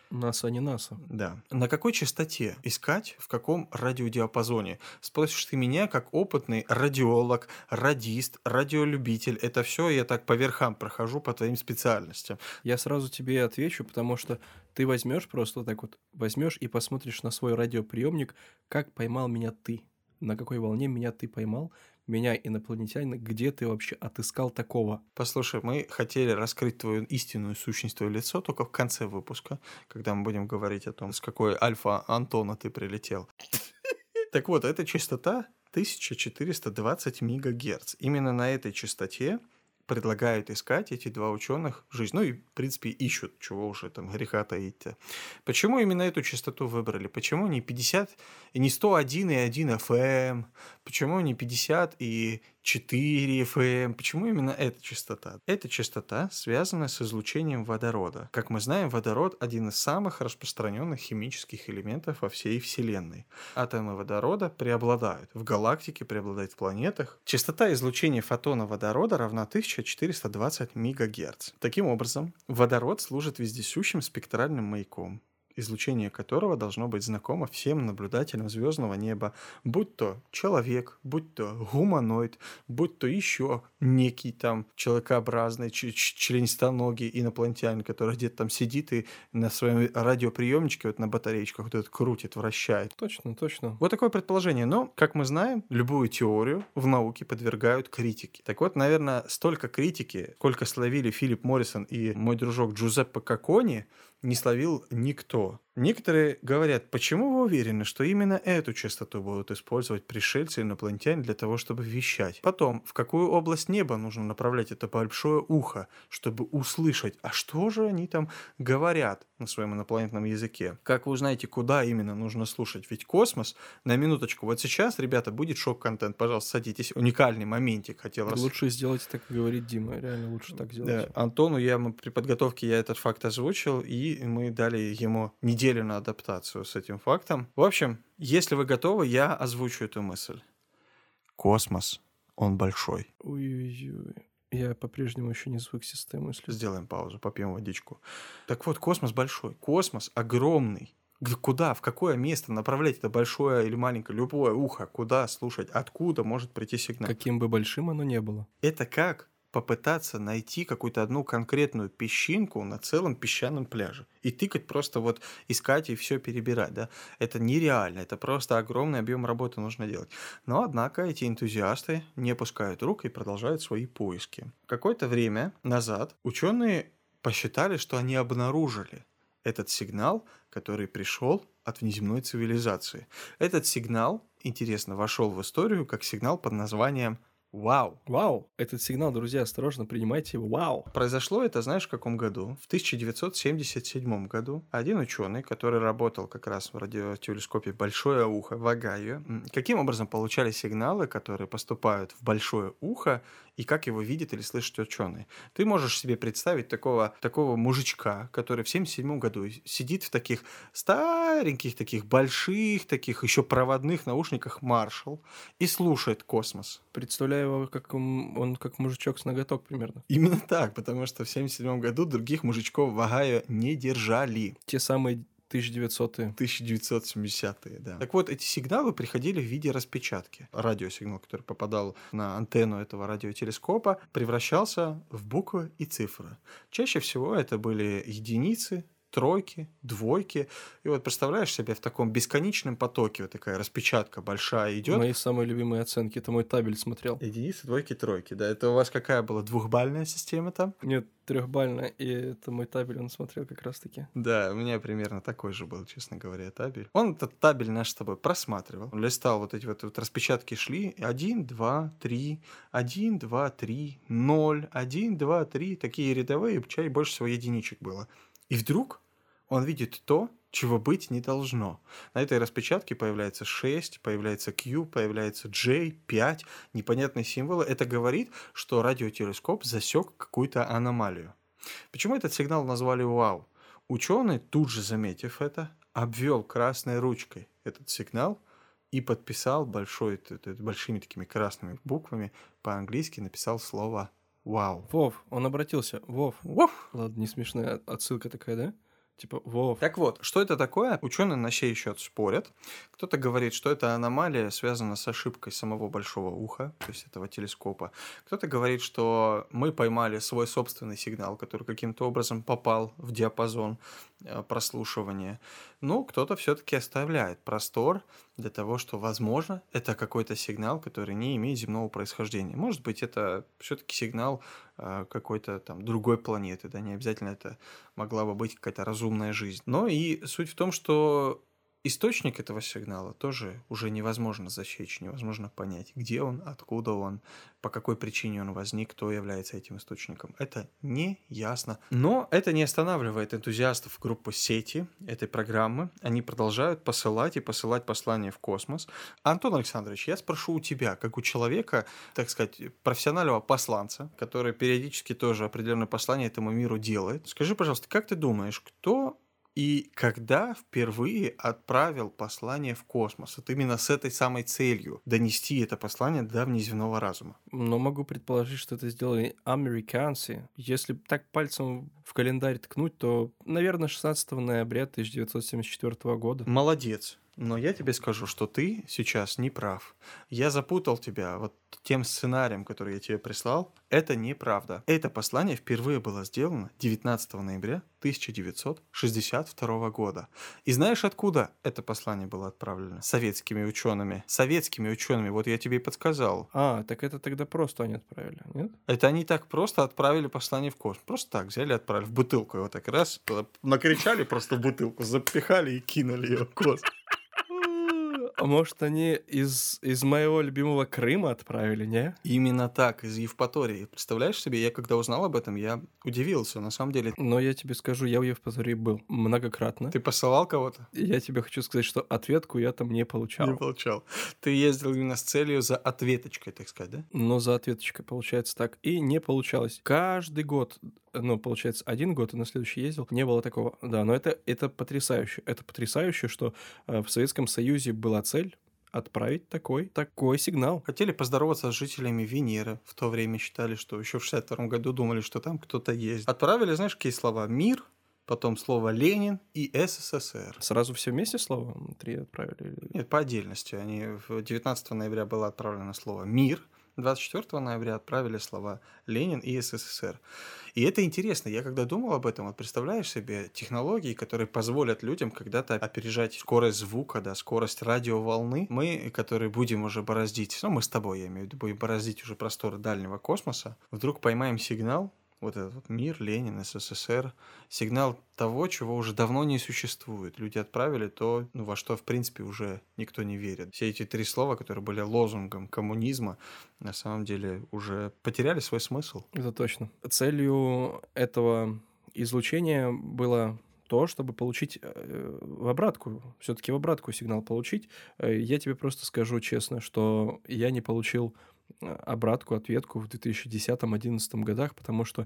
НАСА, не НАСА. Да. На какой частоте искать, в каком радиодиапазоне? Спросишь ты меня, как опытный радиолог, радист, радиолюбитель. Это все я так по верхам прохожу по твоим специальностям. Я сразу тебе отвечу, потому что ты возьмешь просто вот так вот, возьмешь и посмотришь на свой радиоприемник, как поймал меня ты, на какой волне меня ты поймал, меня, инопланетянина, где ты вообще отыскал такого? Послушай, мы хотели раскрыть твою истинную сущность, твое лицо только в конце выпуска, когда мы будем говорить о том, с какой альфа-Антона ты прилетел. Так вот, эта частота тысяча четыреста двадцать мегагерц. Именно на этой частоте предлагают искать эти два ученых жизнь. Ну и, в принципе, ищут, чего уже там греха таить-то. Почему именно эту частоту выбрали? Почему не пятьдесят, и не сто один и один эф эм? Почему не пятьдесят и четыре эф эм? Почему именно эта частота? Эта частота связана с излучением водорода. Как мы знаем, водород – один из самых распространенных химических элементов во всей Вселенной. Атомы водорода преобладают в галактике, преобладают в планетах. Частота излучения фотона водорода равна тысяча четыреста двадцать мегагерц. Таким образом, водород служит вездесущим спектральным маяком, излучение которого должно быть знакомо всем наблюдателям звездного неба, будь то человек, будь то гуманоид, будь то еще некий там человекообразный, членистоногий инопланетянин, который где-то там сидит и на своем радиоприемничке вот на батареечках вот этот крутит, вращает. Точно, точно. Вот такое предположение. Но, как мы знаем, любую теорию в науке подвергают критике. Так вот, наверное, столько критики, сколько словили Филипп Моррисон и мой дружок Джузеппе Кокони, не словил никто. Некоторые говорят, почему вы уверены, что именно эту частоту будут использовать пришельцы инопланетяне для того, чтобы вещать? Потом, в какую область неба нужно направлять это большое ухо, чтобы услышать, а что же они там говорят на своем инопланетном языке? Как вы узнаете, куда именно нужно слушать? Ведь космос, на минуточку, вот сейчас, ребята, будет шок-контент, пожалуйста, садитесь, уникальный моментик хотел раз... Лучше сделать так, как говорит Дима, реально лучше так делать. Да, Антону я при подготовке я этот факт озвучил, и мы дали ему неделю на адаптацию с этим фактом. В общем, если вы готовы, я озвучу эту мысль. Космос, он большой. Ой-ой-ой. Я по-прежнему еще не звык системы. Если... Сделаем паузу, попьем водичку. Так вот, космос большой. Космос огромный. Куда, в какое место направлять это большое или маленькое, любое ухо? Куда слушать? Откуда может прийти сигнал? Каким бы большим оно ни было. Это как попытаться найти какую-то одну конкретную песчинку на целом песчаном пляже. И тыкать просто вот, искать и все перебирать, да. Это нереально, это просто огромный объем работы нужно делать. Но, однако, эти энтузиасты не опускают рук и продолжают свои поиски. Какое-то время назад ученые посчитали, что они обнаружили этот сигнал, который пришел от внеземной цивилизации. Этот сигнал, интересно, вошел в историю как сигнал под названием «Вау». Вау! Этот сигнал, друзья, осторожно принимайте его. Вау! Произошло это, знаешь, в каком году? В тысяча девятьсот семьдесят седьмом году один ученый, который работал как раз в радиотелескопе «Большое ухо» в Огайо, каким образом получали сигналы, которые поступают в большое ухо, и как его видят или слышат ученые. Ты можешь себе представить такого, такого мужичка, который в семьдесят седьмом году сидит в таких стареньких, таких больших, таких еще проводных наушниках Marshall и слушает космос. Представляю его, как он, он как мужичок с ноготок примерно. Именно так, потому что в семьдесят седьмом году других мужичков в Огайо не держали. Те самые тысяча девятисотые. тысяча девятьсот семидесятые, да. Так вот, эти сигналы приходили в виде распечатки. Радиосигнал, который попадал на антенну этого радиотелескопа, превращался в буквы и цифры. Чаще всего это были единицы, тройки, двойки. И вот представляешь себе в таком бесконечном потоке вот такая распечатка большая идет. Мои самые любимые оценки. Это мой табель смотрел. Единицы, двойки, тройки, да. Это у вас какая была двухбальная система там? Нет, трехбальная, и это мой табель он смотрел как раз-таки. Да, у меня примерно такой же был, честно говоря, табель. Он этот табель наш с тобой просматривал. Он листал вот эти вот, вот распечатки шли. Один, два, три, один, два, три, ноль, один, два, три. Такие рядовые, чай больше всего единичек было. И вдруг он видит то, чего быть не должно. На этой распечатке появляется шесть, появляется Q, появляется J, пять, непонятные символы. Это говорит, что радиотелескоп засек какую-то аномалию. Почему этот сигнал назвали «Вау»? Ученый, тут же заметив это, обвел красной ручкой этот сигнал и подписал большой, большими такими красными буквами, по-английски написал слово «Вау». Вов, он обратился. Вов. Вов. Ладно, не смешная отсылка такая, да? Типа, Вов. Так вот, что это такое? Ученые на сей счет спорят. Кто-то говорит, что это аномалия связана с ошибкой самого большого уха, то есть этого телескопа. Кто-то говорит, что мы поймали свой собственный сигнал, который каким-то образом попал в диапазон э, прослушивания. Ну, кто-то все-таки оставляет простор для того, что, возможно, это какой-то сигнал, который не имеет земного происхождения. Может быть, это все-таки сигнал э, какой-то там другой планеты, да, не обязательно это могла бы быть какая-то разумная жизнь. Но и суть в том, что источник этого сигнала тоже уже невозможно засечь, невозможно понять, где он, откуда он, по какой причине он возник, кто является этим источником. Это не ясно. Но это не останавливает энтузиастов группы сети этой программы. Они продолжают посылать и посылать послания в космос. Антон Александрович, я спрошу у тебя, как у человека, так сказать, профессионального посланца, который периодически тоже определенное послание этому миру делает. Скажи, пожалуйста, как ты думаешь, кто и когда впервые отправил послание в космос? Вот именно с этой самой целью донести это послание до внеземного разума. Но могу предположить, что это сделали американцы. Если так пальцем в календарь ткнуть, то, наверное, шестнадцатого ноября тысяча девятьсот семьдесят четвёртого года. Молодец. Но я тебе скажу, что ты сейчас не прав. Я запутал тебя вот тем сценарием, который я тебе прислал. Это неправда. Это послание впервые было сделано девятнадцатого ноября тысяча девятьсот шестьдесят второго года. И знаешь, откуда это послание было отправлено? Советскими учеными. Советскими учеными. Вот я тебе и подсказал. А, так это тогда просто они отправили, нет? Это они так просто отправили послание в космос. Просто так взяли и отправили в бутылку. Вот так раз, накричали просто в бутылку, запихали и кинули ее в космос. А может, они из, из моего любимого Крыма отправили, не? Именно так, из Евпатории. Представляешь себе, я когда узнал об этом, я удивился. На самом деле, Но я тебе скажу, я в Евпатории был многократно. ты посылал кого-то? И я тебе хочу сказать, что ответку я там не получал. Не получал. Ты ездил именно с целью за ответочкой, так сказать, да? Но за ответочкой получается так. И не получалось. Каждый год, ну, получается, один год, и на следующий ездил, не было такого. Да, но это, это потрясающе. Это потрясающе, что э, в Советском Союзе была цель отправить такой, такой сигнал. Хотели поздороваться с жителями Венеры. В то время считали, что еще в шестьдесят втором году думали, что там кто-то есть. Отправили, знаешь, какие слова? Мир, потом слово Ленин и СССР. Сразу все вместе слово три отправили? Нет, по отдельности. Они в девятнадцатого ноября было отправлено слово «мир», двадцать четвёртого ноября отправили слова «Ленин» и «СССР». И это интересно. Я когда думал об этом, вот представляешь себе технологии, которые позволят людям когда-то опережать скорость звука, да, скорость радиоволны. Мы, которые будем уже бороздить, ну, мы с тобой, я имею в виду, будем бороздить уже просторы дальнего космоса, вдруг поймаем сигнал, вот этот вот мир, Ленин, СССР, сигнал того, чего уже давно не существует. Люди отправили то, ну, во что, в принципе, уже никто не верит. Все эти три слова, которые были лозунгом коммунизма, на самом деле уже потеряли свой смысл. Это точно. Целью этого излучения было то, чтобы получить э, в обратку, все-таки в обратку сигнал получить. Э, Я тебе просто скажу честно, что я не получил э, обратку, ответку в две тысячи десятом-одиннадцатом годах, потому что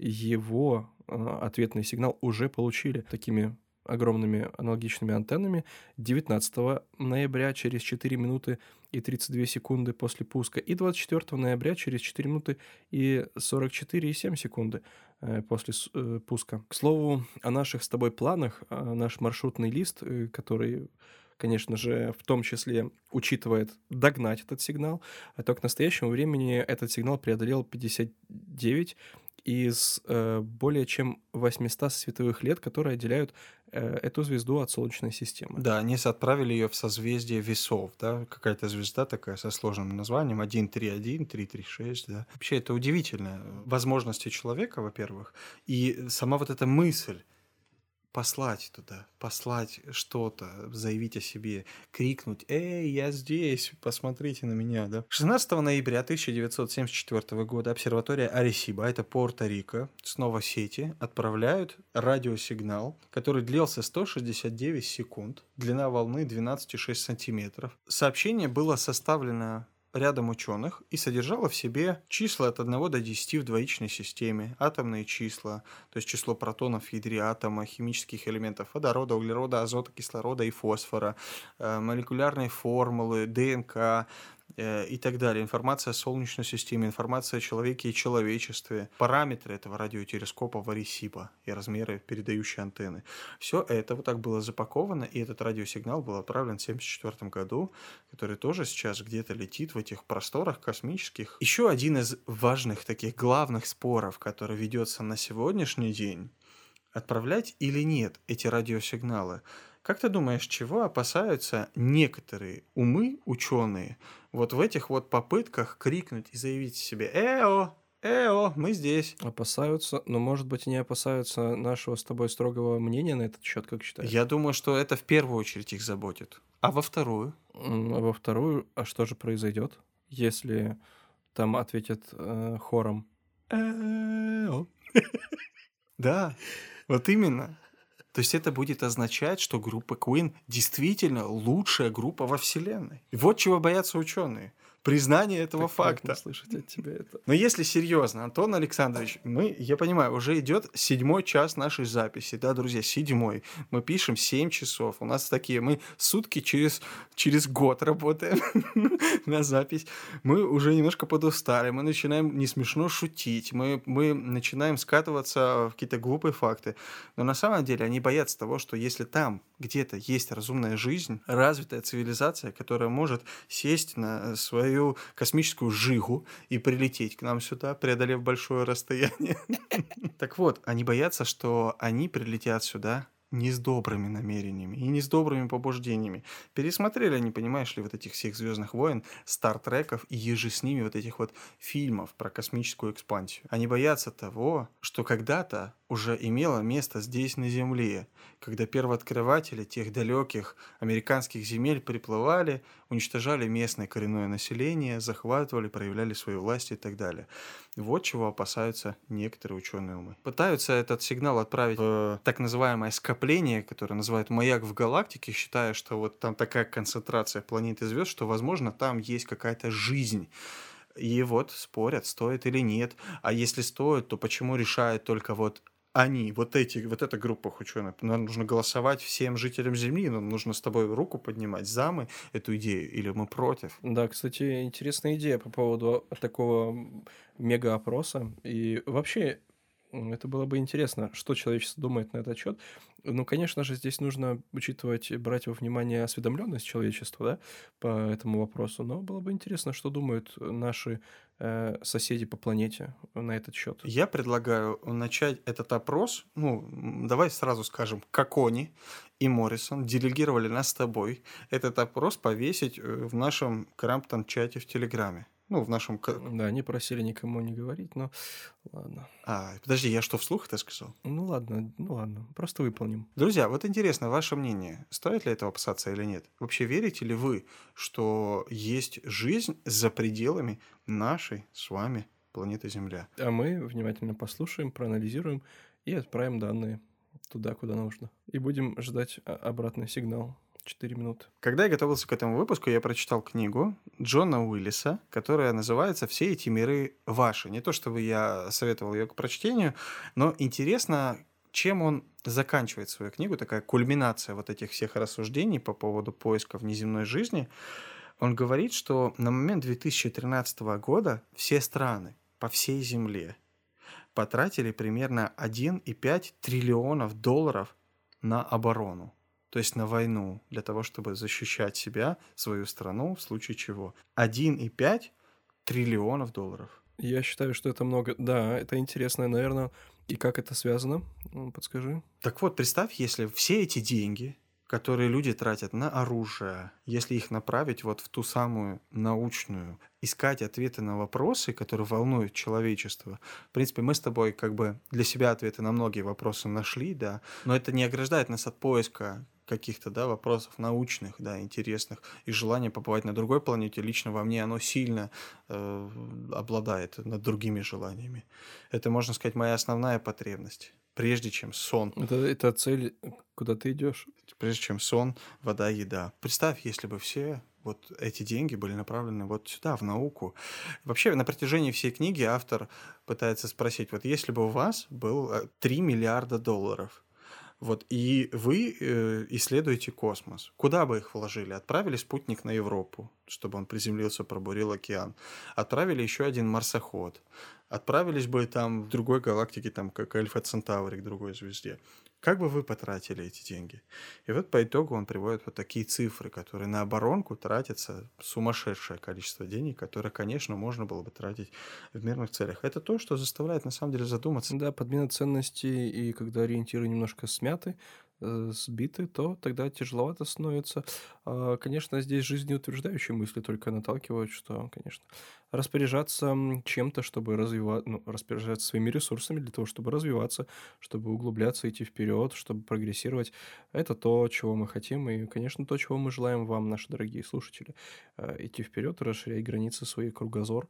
его э, ответный сигнал уже получили такими огромными аналогичными антеннами девятнадцатого ноября через четыре минуты и тридцать две секунды после пуска и двадцать четвёртого ноября через четыре минуты и сорок четыре и семь секунды э, после с- э, пуска. К слову, о наших с тобой планах, а наш маршрутный лист, э, который, конечно же, в том числе учитывает догнать этот сигнал, а то к настоящему времени этот сигнал преодолел пятьдесят девять из э, более чем восемьсот световых лет, которые отделяют э, эту звезду от Солнечной системы. Да, они отправили ее в созвездие весов, да, какая-то звезда такая со сложным названием один три один, три три шесть, да. Вообще это удивительно. Возможности человека, во-первых, и сама вот эта мысль послать туда, послать что-то, заявить о себе, крикнуть: «Эй, я здесь, посмотрите на меня», да. шестнадцатого ноября тысяча девятьсот семьдесят четвёртого года обсерватория Аресиба, это Пуэрто-Рико, снова сети, отправляют радиосигнал, который длился сто шестьдесят девять секунд, длина волны двенадцать целых шесть десятых сантиметров. Сообщение было составлено рядом ученых и содержала в себе числа от одного до десяти в двоичной системе, атомные числа, то есть число протонов в ядре атома, химических элементов водорода, углерода, азота, кислорода и фосфора, э, молекулярные формулы, ДНК, э, и так далее. Информация о Солнечной системе, информация о человеке и человечестве, параметры этого радиотелескопа в Аресибо и размеры передающей антенны. Все это вот так было запаковано, и этот радиосигнал был отправлен в тысяча девятьсот семьдесят четвёртом году, который тоже сейчас где-то летит в этих просторах космических. Еще один из важных таких главных споров, который ведется на сегодняшний день, отправлять или нет эти радиосигналы. Как ты думаешь, чего опасаются некоторые умы, ученые, вот в этих вот попытках крикнуть и заявить себе «Эо, эо, мы здесь». Опасаются, но, может быть, не опасаются нашего с тобой строгого мнения на этот счет, как считаешь? Я думаю, что это в первую очередь их заботит. А во вторую? М, А во вторую, а что же произойдет, если там ответят э, хором? «Эо». Да, вот именно. То есть это будет означать, что группа Queen действительно лучшая группа во Вселенной. И вот чего боятся ученые. Признание этого Так приятно факта. слышать от тебя это. Но если серьезно, Антон Александрович, мы, я понимаю, уже идет седьмой час нашей записи, да, друзья, седьмой. Мы пишем семь часов. У нас такие, мы сутки через, через год работаем на запись. Мы уже немножко подустали, мы начинаем не смешно шутить, мы, мы начинаем скатываться в какие-то глупые факты. Но на самом деле они боятся того, что если там где-то есть разумная жизнь, развитая цивилизация, которая может сесть на свою космическую жигу и прилететь к нам сюда, преодолев большое расстояние. Так вот, они боятся, что они прилетят сюда не с добрыми намерениями и не с добрыми побуждениями. Пересмотрели они, понимаешь ли, вот этих всех «Звездных войн», «Стартреков» и еже с ними вот этих вот фильмов про космическую экспансию. Они боятся того, что когда-то уже имело место здесь, на Земле, когда первооткрыватели тех далеких американских земель приплывали, уничтожали местное коренное население, захватывали, проявляли свою власть и так далее. Вот чего опасаются некоторые ученые умы. Пытаются этот сигнал отправить в так называемое скопление, которое называют «Маяк в галактике», считая, что вот там такая концентрация планет и звезд, что, возможно, там есть какая-то жизнь. И вот спорят, стоит или нет. А если стоит, то почему решают только вот они, вот эти, вот эта группа ученых? Нам нужно голосовать всем жителям Земли, нам нужно с тобой руку поднимать за мы эту идею, или мы против? Да, кстати, интересная идея по поводу такого мега-опроса. И вообще, м, это было бы интересно, что человечество думает на этот счет. Ну, конечно же, здесь нужно учитывать, и брать во внимание осведомленность человечества, да, по этому вопросу. Но было бы интересно, что думают наши э, соседи по планете на этот счет. Я предлагаю начать этот опрос. Ну, м, давай сразу скажем, Кокони и Моррисон делегировали нас с тобой этот опрос повесить э, в нашем Крамптон-чате в Телеграме. Ну, в нашем... к- Да, они просили никому не говорить, но ладно. А, подожди, я что, вслух это сказал? Ну ладно, ну ладно, просто выполним. Друзья, вот интересно, ваше мнение, стоит ли этого опасаться или нет? Вообще верите ли вы, что есть жизнь за пределами нашей с вами планеты Земля? А мы внимательно послушаем, проанализируем и отправим данные туда, куда нужно. И будем ждать а, обратный сигнал. Четыре минуты. Когда я готовился к этому выпуску, я прочитал книгу Джона Уиллиса, которая называется «Все эти миры ваши». Не то чтобы я советовал ее к прочтению, но интересно, чем он заканчивает свою книгу, такая кульминация вот этих всех рассуждений по поводу поиска внеземной жизни. Он говорит, что на момент две тысячи тринадцатого года все страны по всей Земле потратили примерно один и пять триллионов долларов на оборону. То есть на войну, для того, чтобы защищать себя, свою страну, в случае чего. один и пять триллионов долларов. Я считаю, что это много. Да, это интересно, наверное. И как это связано? М, Подскажи. Так вот, представь, если все эти деньги, которые люди тратят на оружие, если их направить вот в ту самую научную, искать ответы на вопросы, которые волнуют человечество. В принципе, мы с тобой как бы для себя ответы на многие вопросы нашли, да, но это не ограждает нас от поиска каких-то, да, вопросов научных, да, интересных, и желание побывать на другой планете, лично во мне оно сильно э, обладает над другими желаниями. Это, можно сказать, моя основная потребность. Прежде чем сон, Это, это цель, куда ты идешь. прежде чем сон, вода, еда. Представь, если бы все вот эти деньги были направлены вот сюда, в науку. Вообще, на протяжении всей книги автор пытается спросить, вот если бы у вас был э, три миллиарда долларов, Вот, и вы э, исследуете космос. Куда бы их вложили? Отправили спутник на Европу, чтобы он приземлился, пробурил океан. Отправили еще один марсоход. Отправились бы там в другой галактике, там, как Альфа Центаври, к другой звезде. Как бы вы потратили эти деньги? И вот по итогу он приводит вот такие цифры, которые на оборонку тратится сумасшедшее количество денег, которое, конечно, можно было бы тратить в мирных целях. Это то, что заставляет на самом деле задуматься. Да, подмена ценностей, и когда ориентиры немножко смяты, э, сбиты, то тогда тяжеловато становится. А, Конечно, здесь жизнеутверждающие мысли только наталкивают, что, конечно, распоряжаться м, чем-то, чтобы развиваться, ну, распоряжаться своими ресурсами для того, чтобы развиваться, чтобы углубляться, идти вперед, чтобы прогрессировать, это то, чего мы хотим, и, конечно, то, чего мы желаем вам, наши дорогие слушатели. Э, Идти вперед, расширять границы, свой кругозор,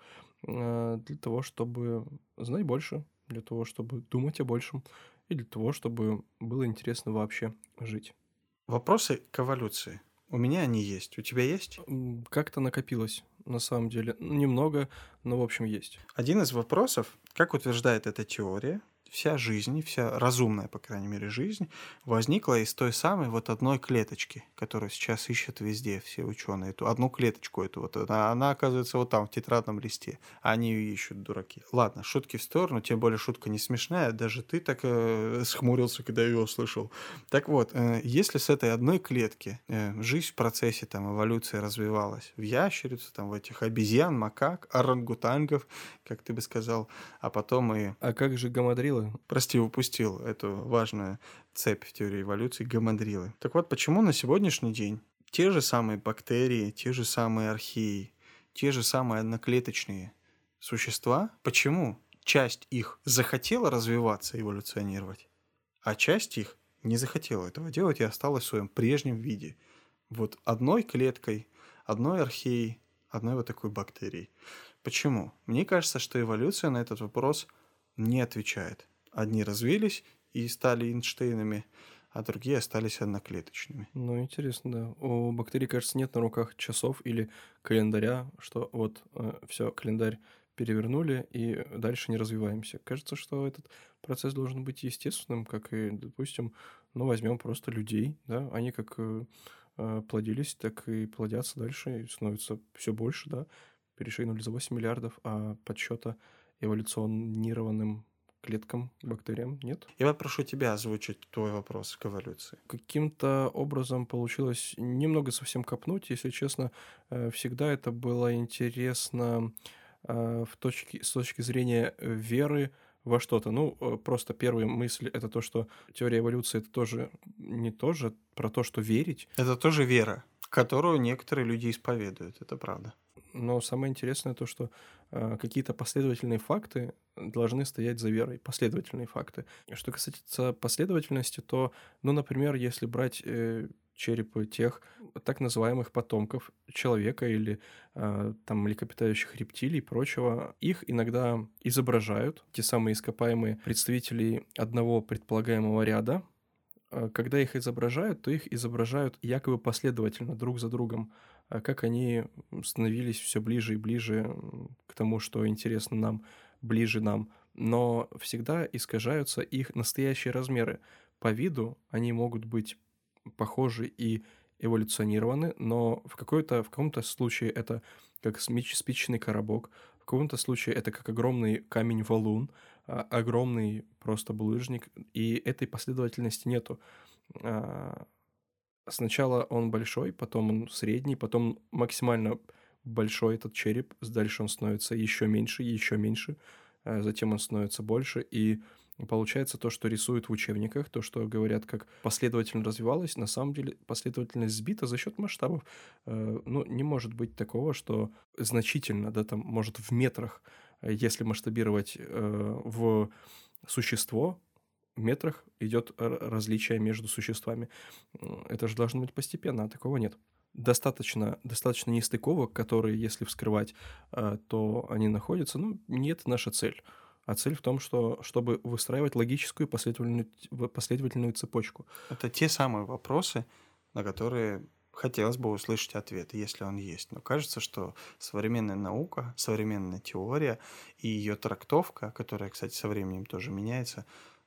э, для того, чтобы знать больше, для того, чтобы думать о большем, и для того, чтобы было интересно вообще жить. Вопросы к эволюции. У меня они есть. У тебя есть? М, Как-то накопилось, на самом деле. Немного, но, в общем, есть. Один из вопросов, как утверждает эта теория, вся жизнь, вся разумная, по крайней мере, жизнь возникла из той самой вот одной клеточки, которую сейчас ищут везде все ученые. Эту одну клеточку эту вот. Она, она оказывается вот там, в тетрадном листе. А они ее ищут, дураки. Ладно, шутки в сторону, тем более шутка не смешная. Даже ты так э, схмурился, когда ее услышал. Так вот, э, если с этой одной клетки э, жизнь в процессе там, эволюции развивалась в ящерицу, там, в этих обезьян, макак, орангутангов, как ты бы сказал, а потом и А как же гамадрилы? прости, упустил эту важную цепь в теории эволюции — гамадрилы. Так вот, почему на сегодняшний день те же самые бактерии, те же самые археи, те же самые одноклеточные существа, почему часть их захотела развиваться, эволюционировать, а часть их не захотела этого делать и осталась в своем прежнем виде? Вот одной клеткой, одной археей, одной вот такой бактерией. Почему? Мне кажется, что эволюция на этот вопрос не отвечает. Одни развились и стали Эйнштейнами, а другие остались одноклеточными. Ну, интересно, да. У бактерий, кажется, нет на руках часов или календаря, что вот все, календарь перевернули и дальше не развиваемся. Кажется, что этот процесс должен быть естественным, как и, допустим, ну, возьмем просто людей, да, они как э, э, плодились, так и плодятся дальше, и становится все больше, да, перешагнули за восемь миллиардов, а подсчета эволюционированным клеткам, бактериям нет. Я попрошу тебя озвучить твой вопрос к эволюции. Каким-то образом получилось немного совсем копнуть, если честно. Э, Всегда это было интересно э, в точке, с точки зрения э, веры во что-то. Ну, э, просто первая мысль — это то, что теория эволюции — это тоже не тоже про то, что верить, Это тоже вера, которую некоторые люди исповедуют, это правда. но самое интересное то, что э, какие-то последовательные факты должны стоять за верой, последовательные факты. Что касается последовательности, то, ну, например, если брать э, черепы тех так называемых потомков человека или э, там млекопитающих рептилий и прочего, их иногда изображают, те самые ископаемые представители одного предполагаемого ряда. Э, Когда их изображают, то их изображают якобы последовательно, друг за другом, а как они становились все ближе и ближе м, к тому, что интересно нам, ближе нам, но всегда искажаются их настоящие размеры. По виду они могут быть похожи и эволюционированы, но в, какой-то, в каком-то случае это как смеч- спичечный коробок, в каком-то случае это как огромный камень-валун, а, огромный просто булыжник, и этой последовательности нету. А, Сначала он большой, потом он средний, потом максимально большой этот череп, дальше он становится еще меньше, еще меньше, а затем он становится больше, и получается то, что рисуют в учебниках, то, что говорят, как последовательно развивалось, на самом деле последовательность сбита за счет масштабов. Э, Ну, не может быть такого, что значительно, да, там, может, в метрах, э, если масштабировать э, в существо, в метрах идет р- различие между существами. М, Это же должно быть постепенно, а такого нет. Достаточно, достаточно нестыковок, которые, если вскрывать, э, то они находятся. Ну, не это наша цель. А цель в том, что чтобы выстраивать логическую последовательную, т- последовательную цепочку. Это те самые вопросы, на которые хотелось бы услышать ответ, если он есть. Но кажется, что современная наука, современная теория и ее трактовка, которая, кстати, со временем тоже меняется,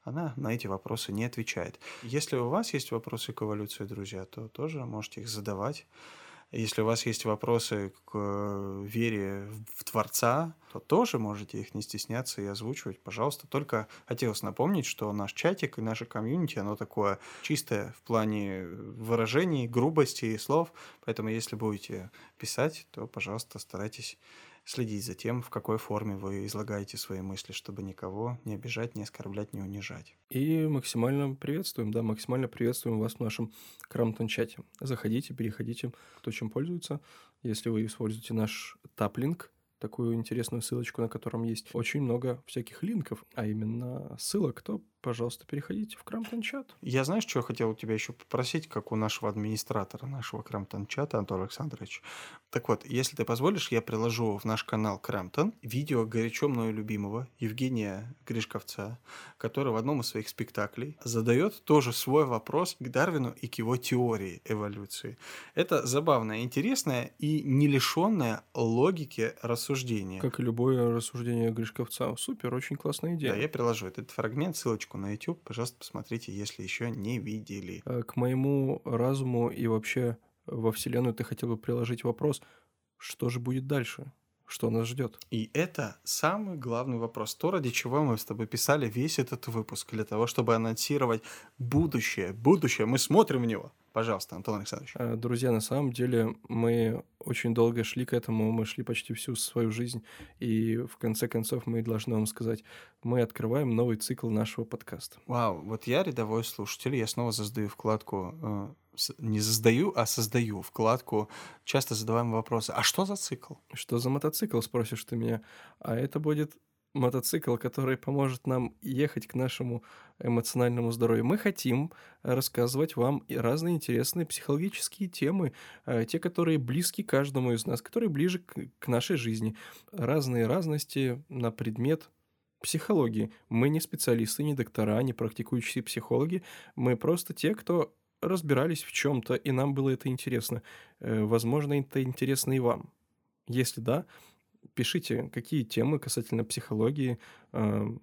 она на эти вопросы не отвечает. Если у вас есть вопросы к эволюции, друзья, то тоже можете их задавать. Если у вас есть вопросы к э, вере в в Творца, то тоже можете их не стесняться и озвучивать, пожалуйста. Только хотелось напомнить, что наш чатик и наше комьюнити, оно такое чистое в плане выражений, грубости и слов. Поэтому если будете писать, то, пожалуйста, старайтесь следить за тем, в какой форме вы излагаете свои мысли, чтобы никого не обижать, не оскорблять, не унижать. И максимально приветствуем, да, максимально приветствуем вас в нашем Крамптон-чате. Заходите, переходите, кто чем пользуется. Если вы используете наш таплинк, такую интересную ссылочку, на котором есть очень много всяких линков, а именно ссылок, то, пожалуйста, переходите в Крамптон-чат. Я знаешь, что хотел у тебя еще попросить, как у нашего администратора нашего Крамптон-чата, Антон Александрович? Так вот, если ты позволишь, я приложу в наш канал Крамптон видео горячо мною любимого Евгения Гришковца, который в одном из своих спектаклей задает тоже свой вопрос к Дарвину и к его теории эволюции. Это забавное, интересное и не лишенное логики рассуждения. Как и любое рассуждение Гришковца. Супер, очень классная идея. Да, я приложу этот фрагмент, ссылочку на YouTube. Пожалуйста, посмотрите, если еще не видели. Э, К моему разуму и вообще во Вселенную ты хотел бы приложить вопрос, что же будет дальше? Что нас ждет? И это самый главный вопрос. То, ради чего мы с тобой писали весь этот выпуск, для того, чтобы анонсировать будущее. Будущее, мы смотрим в него. Пожалуйста, Антон Александрович. Э, Друзья, на самом деле мы очень долго шли к этому, мы шли почти всю свою жизнь, и в конце концов мы должны вам сказать, мы открываем новый цикл нашего подкаста. Вау, вот я рядовой слушатель, я снова создаю вкладку, э, с- не создаю, а создаю вкладку часто задаваемые вопросы. А что за цикл? Что за мотоцикл, спросишь ты меня? А это будет мотоцикл, который поможет нам ехать к нашему эмоциональному здоровью. Мы хотим рассказывать вам и разные интересные психологические темы, э, те, которые близки каждому из нас, которые ближе к, к нашей жизни. Разные разности на предмет психологии. Мы не специалисты, не доктора, не практикующие психологи. Мы просто те, кто разбирались в чем-то, и нам было это интересно. Э, Возможно, это интересно и вам. Если да, пишите, какие темы касательно психологии, э, м,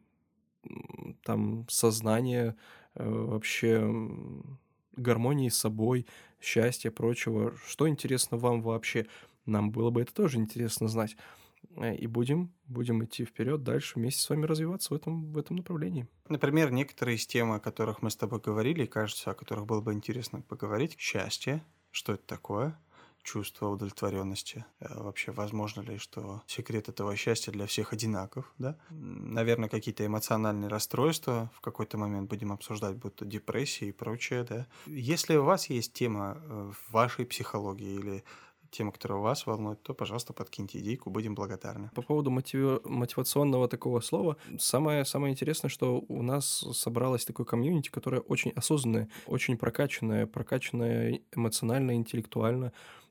там, сознания, э, вообще м, гармонии с собой, счастья, прочего. Что интересно вам вообще? Нам было бы это тоже интересно знать. Э, И будем, будем идти вперед, дальше вместе с вами развиваться в этом, в этом направлении. Например, некоторые из тем, о которых мы с тобой говорили, и кажется, о которых было бы интересно поговорить. Счастье, что это такое? Чувство удовлетворенности. Э, Вообще, возможно ли, что секрет этого счастья для всех одинаков, да? М, Наверное, какие-то эмоциональные расстройства в какой-то момент будем обсуждать, будто депрессии и прочее, да? Если у вас есть тема э, в вашей психологии или тема, которая вас волнует, то, пожалуйста, подкиньте идейку, будем благодарны. По поводу мотиви- мотивационного такого слова, самое, самое интересное, что у нас собралось такое комьюнити, которое очень осознанное, очень прокачанное, прокачанное эмоционально, интеллектуально,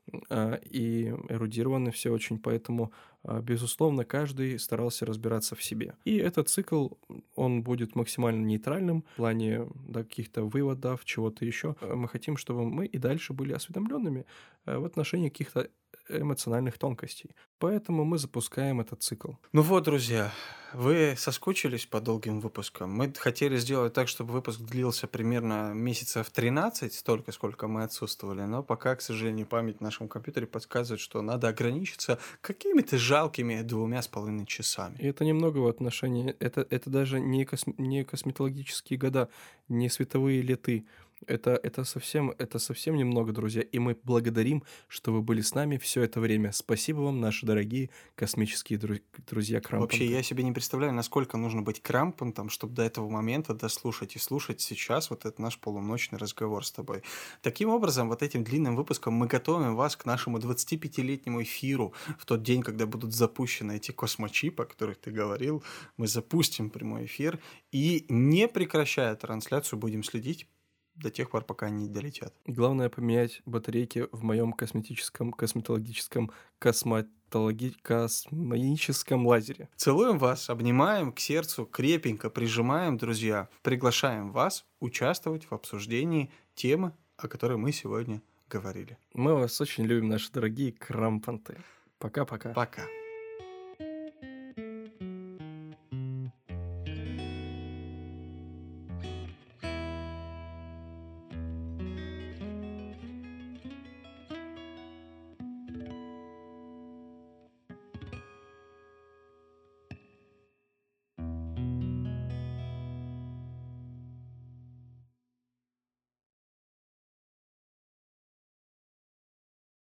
а, и эрудированы все очень, поэтому, а, безусловно, каждый старался разбираться в себе. И этот цикл, он будет максимально нейтральным в плане, да, каких-то выводов, чего-то еще. А Мы хотим, чтобы мы и дальше были осведомленными э, в отношении каких-то эмоциональных тонкостей. Поэтому мы запускаем этот цикл. Ну вот, друзья, вы соскучились по долгим выпускам. Мы хотели сделать так, чтобы выпуск длился примерно месяцев тринадцать, столько, сколько мы отсутствовали, но пока, к сожалению, память в нашем компьютере подсказывает, что надо ограничиться какими-то жалкими двумя с половиной часами. И это немного в отношении, это, это даже не, косм- не косметологические года, не световые леты. Это, это, совсем, это совсем немного, друзья. И мы благодарим, что вы были с нами все это время. Спасибо вам, наши дорогие космические дру- друзья Крампанты. Вообще, я себе не представляю, насколько нужно быть крампантом, чтобы до этого момента дослушать и слушать сейчас вот этот наш полуночный разговор с тобой. Таким образом, вот этим длинным выпуском мы готовим вас к нашему двадцатипятилетнему эфиру в тот день, когда будут запущены эти космочипы, о которых ты говорил. Мы запустим прямой эфир и, не прекращая трансляцию, будем следить до тех пор, пока они не долетят. Главное поменять батарейки в моем косметическом, косметологическом, косметологи... космическом лазере. Целуем вас, обнимаем к сердцу, крепенько прижимаем, друзья. Приглашаем вас участвовать в обсуждении темы, о которой мы сегодня говорили. Мы вас очень любим, наши дорогие Крампанты. Пока-пока. Пока.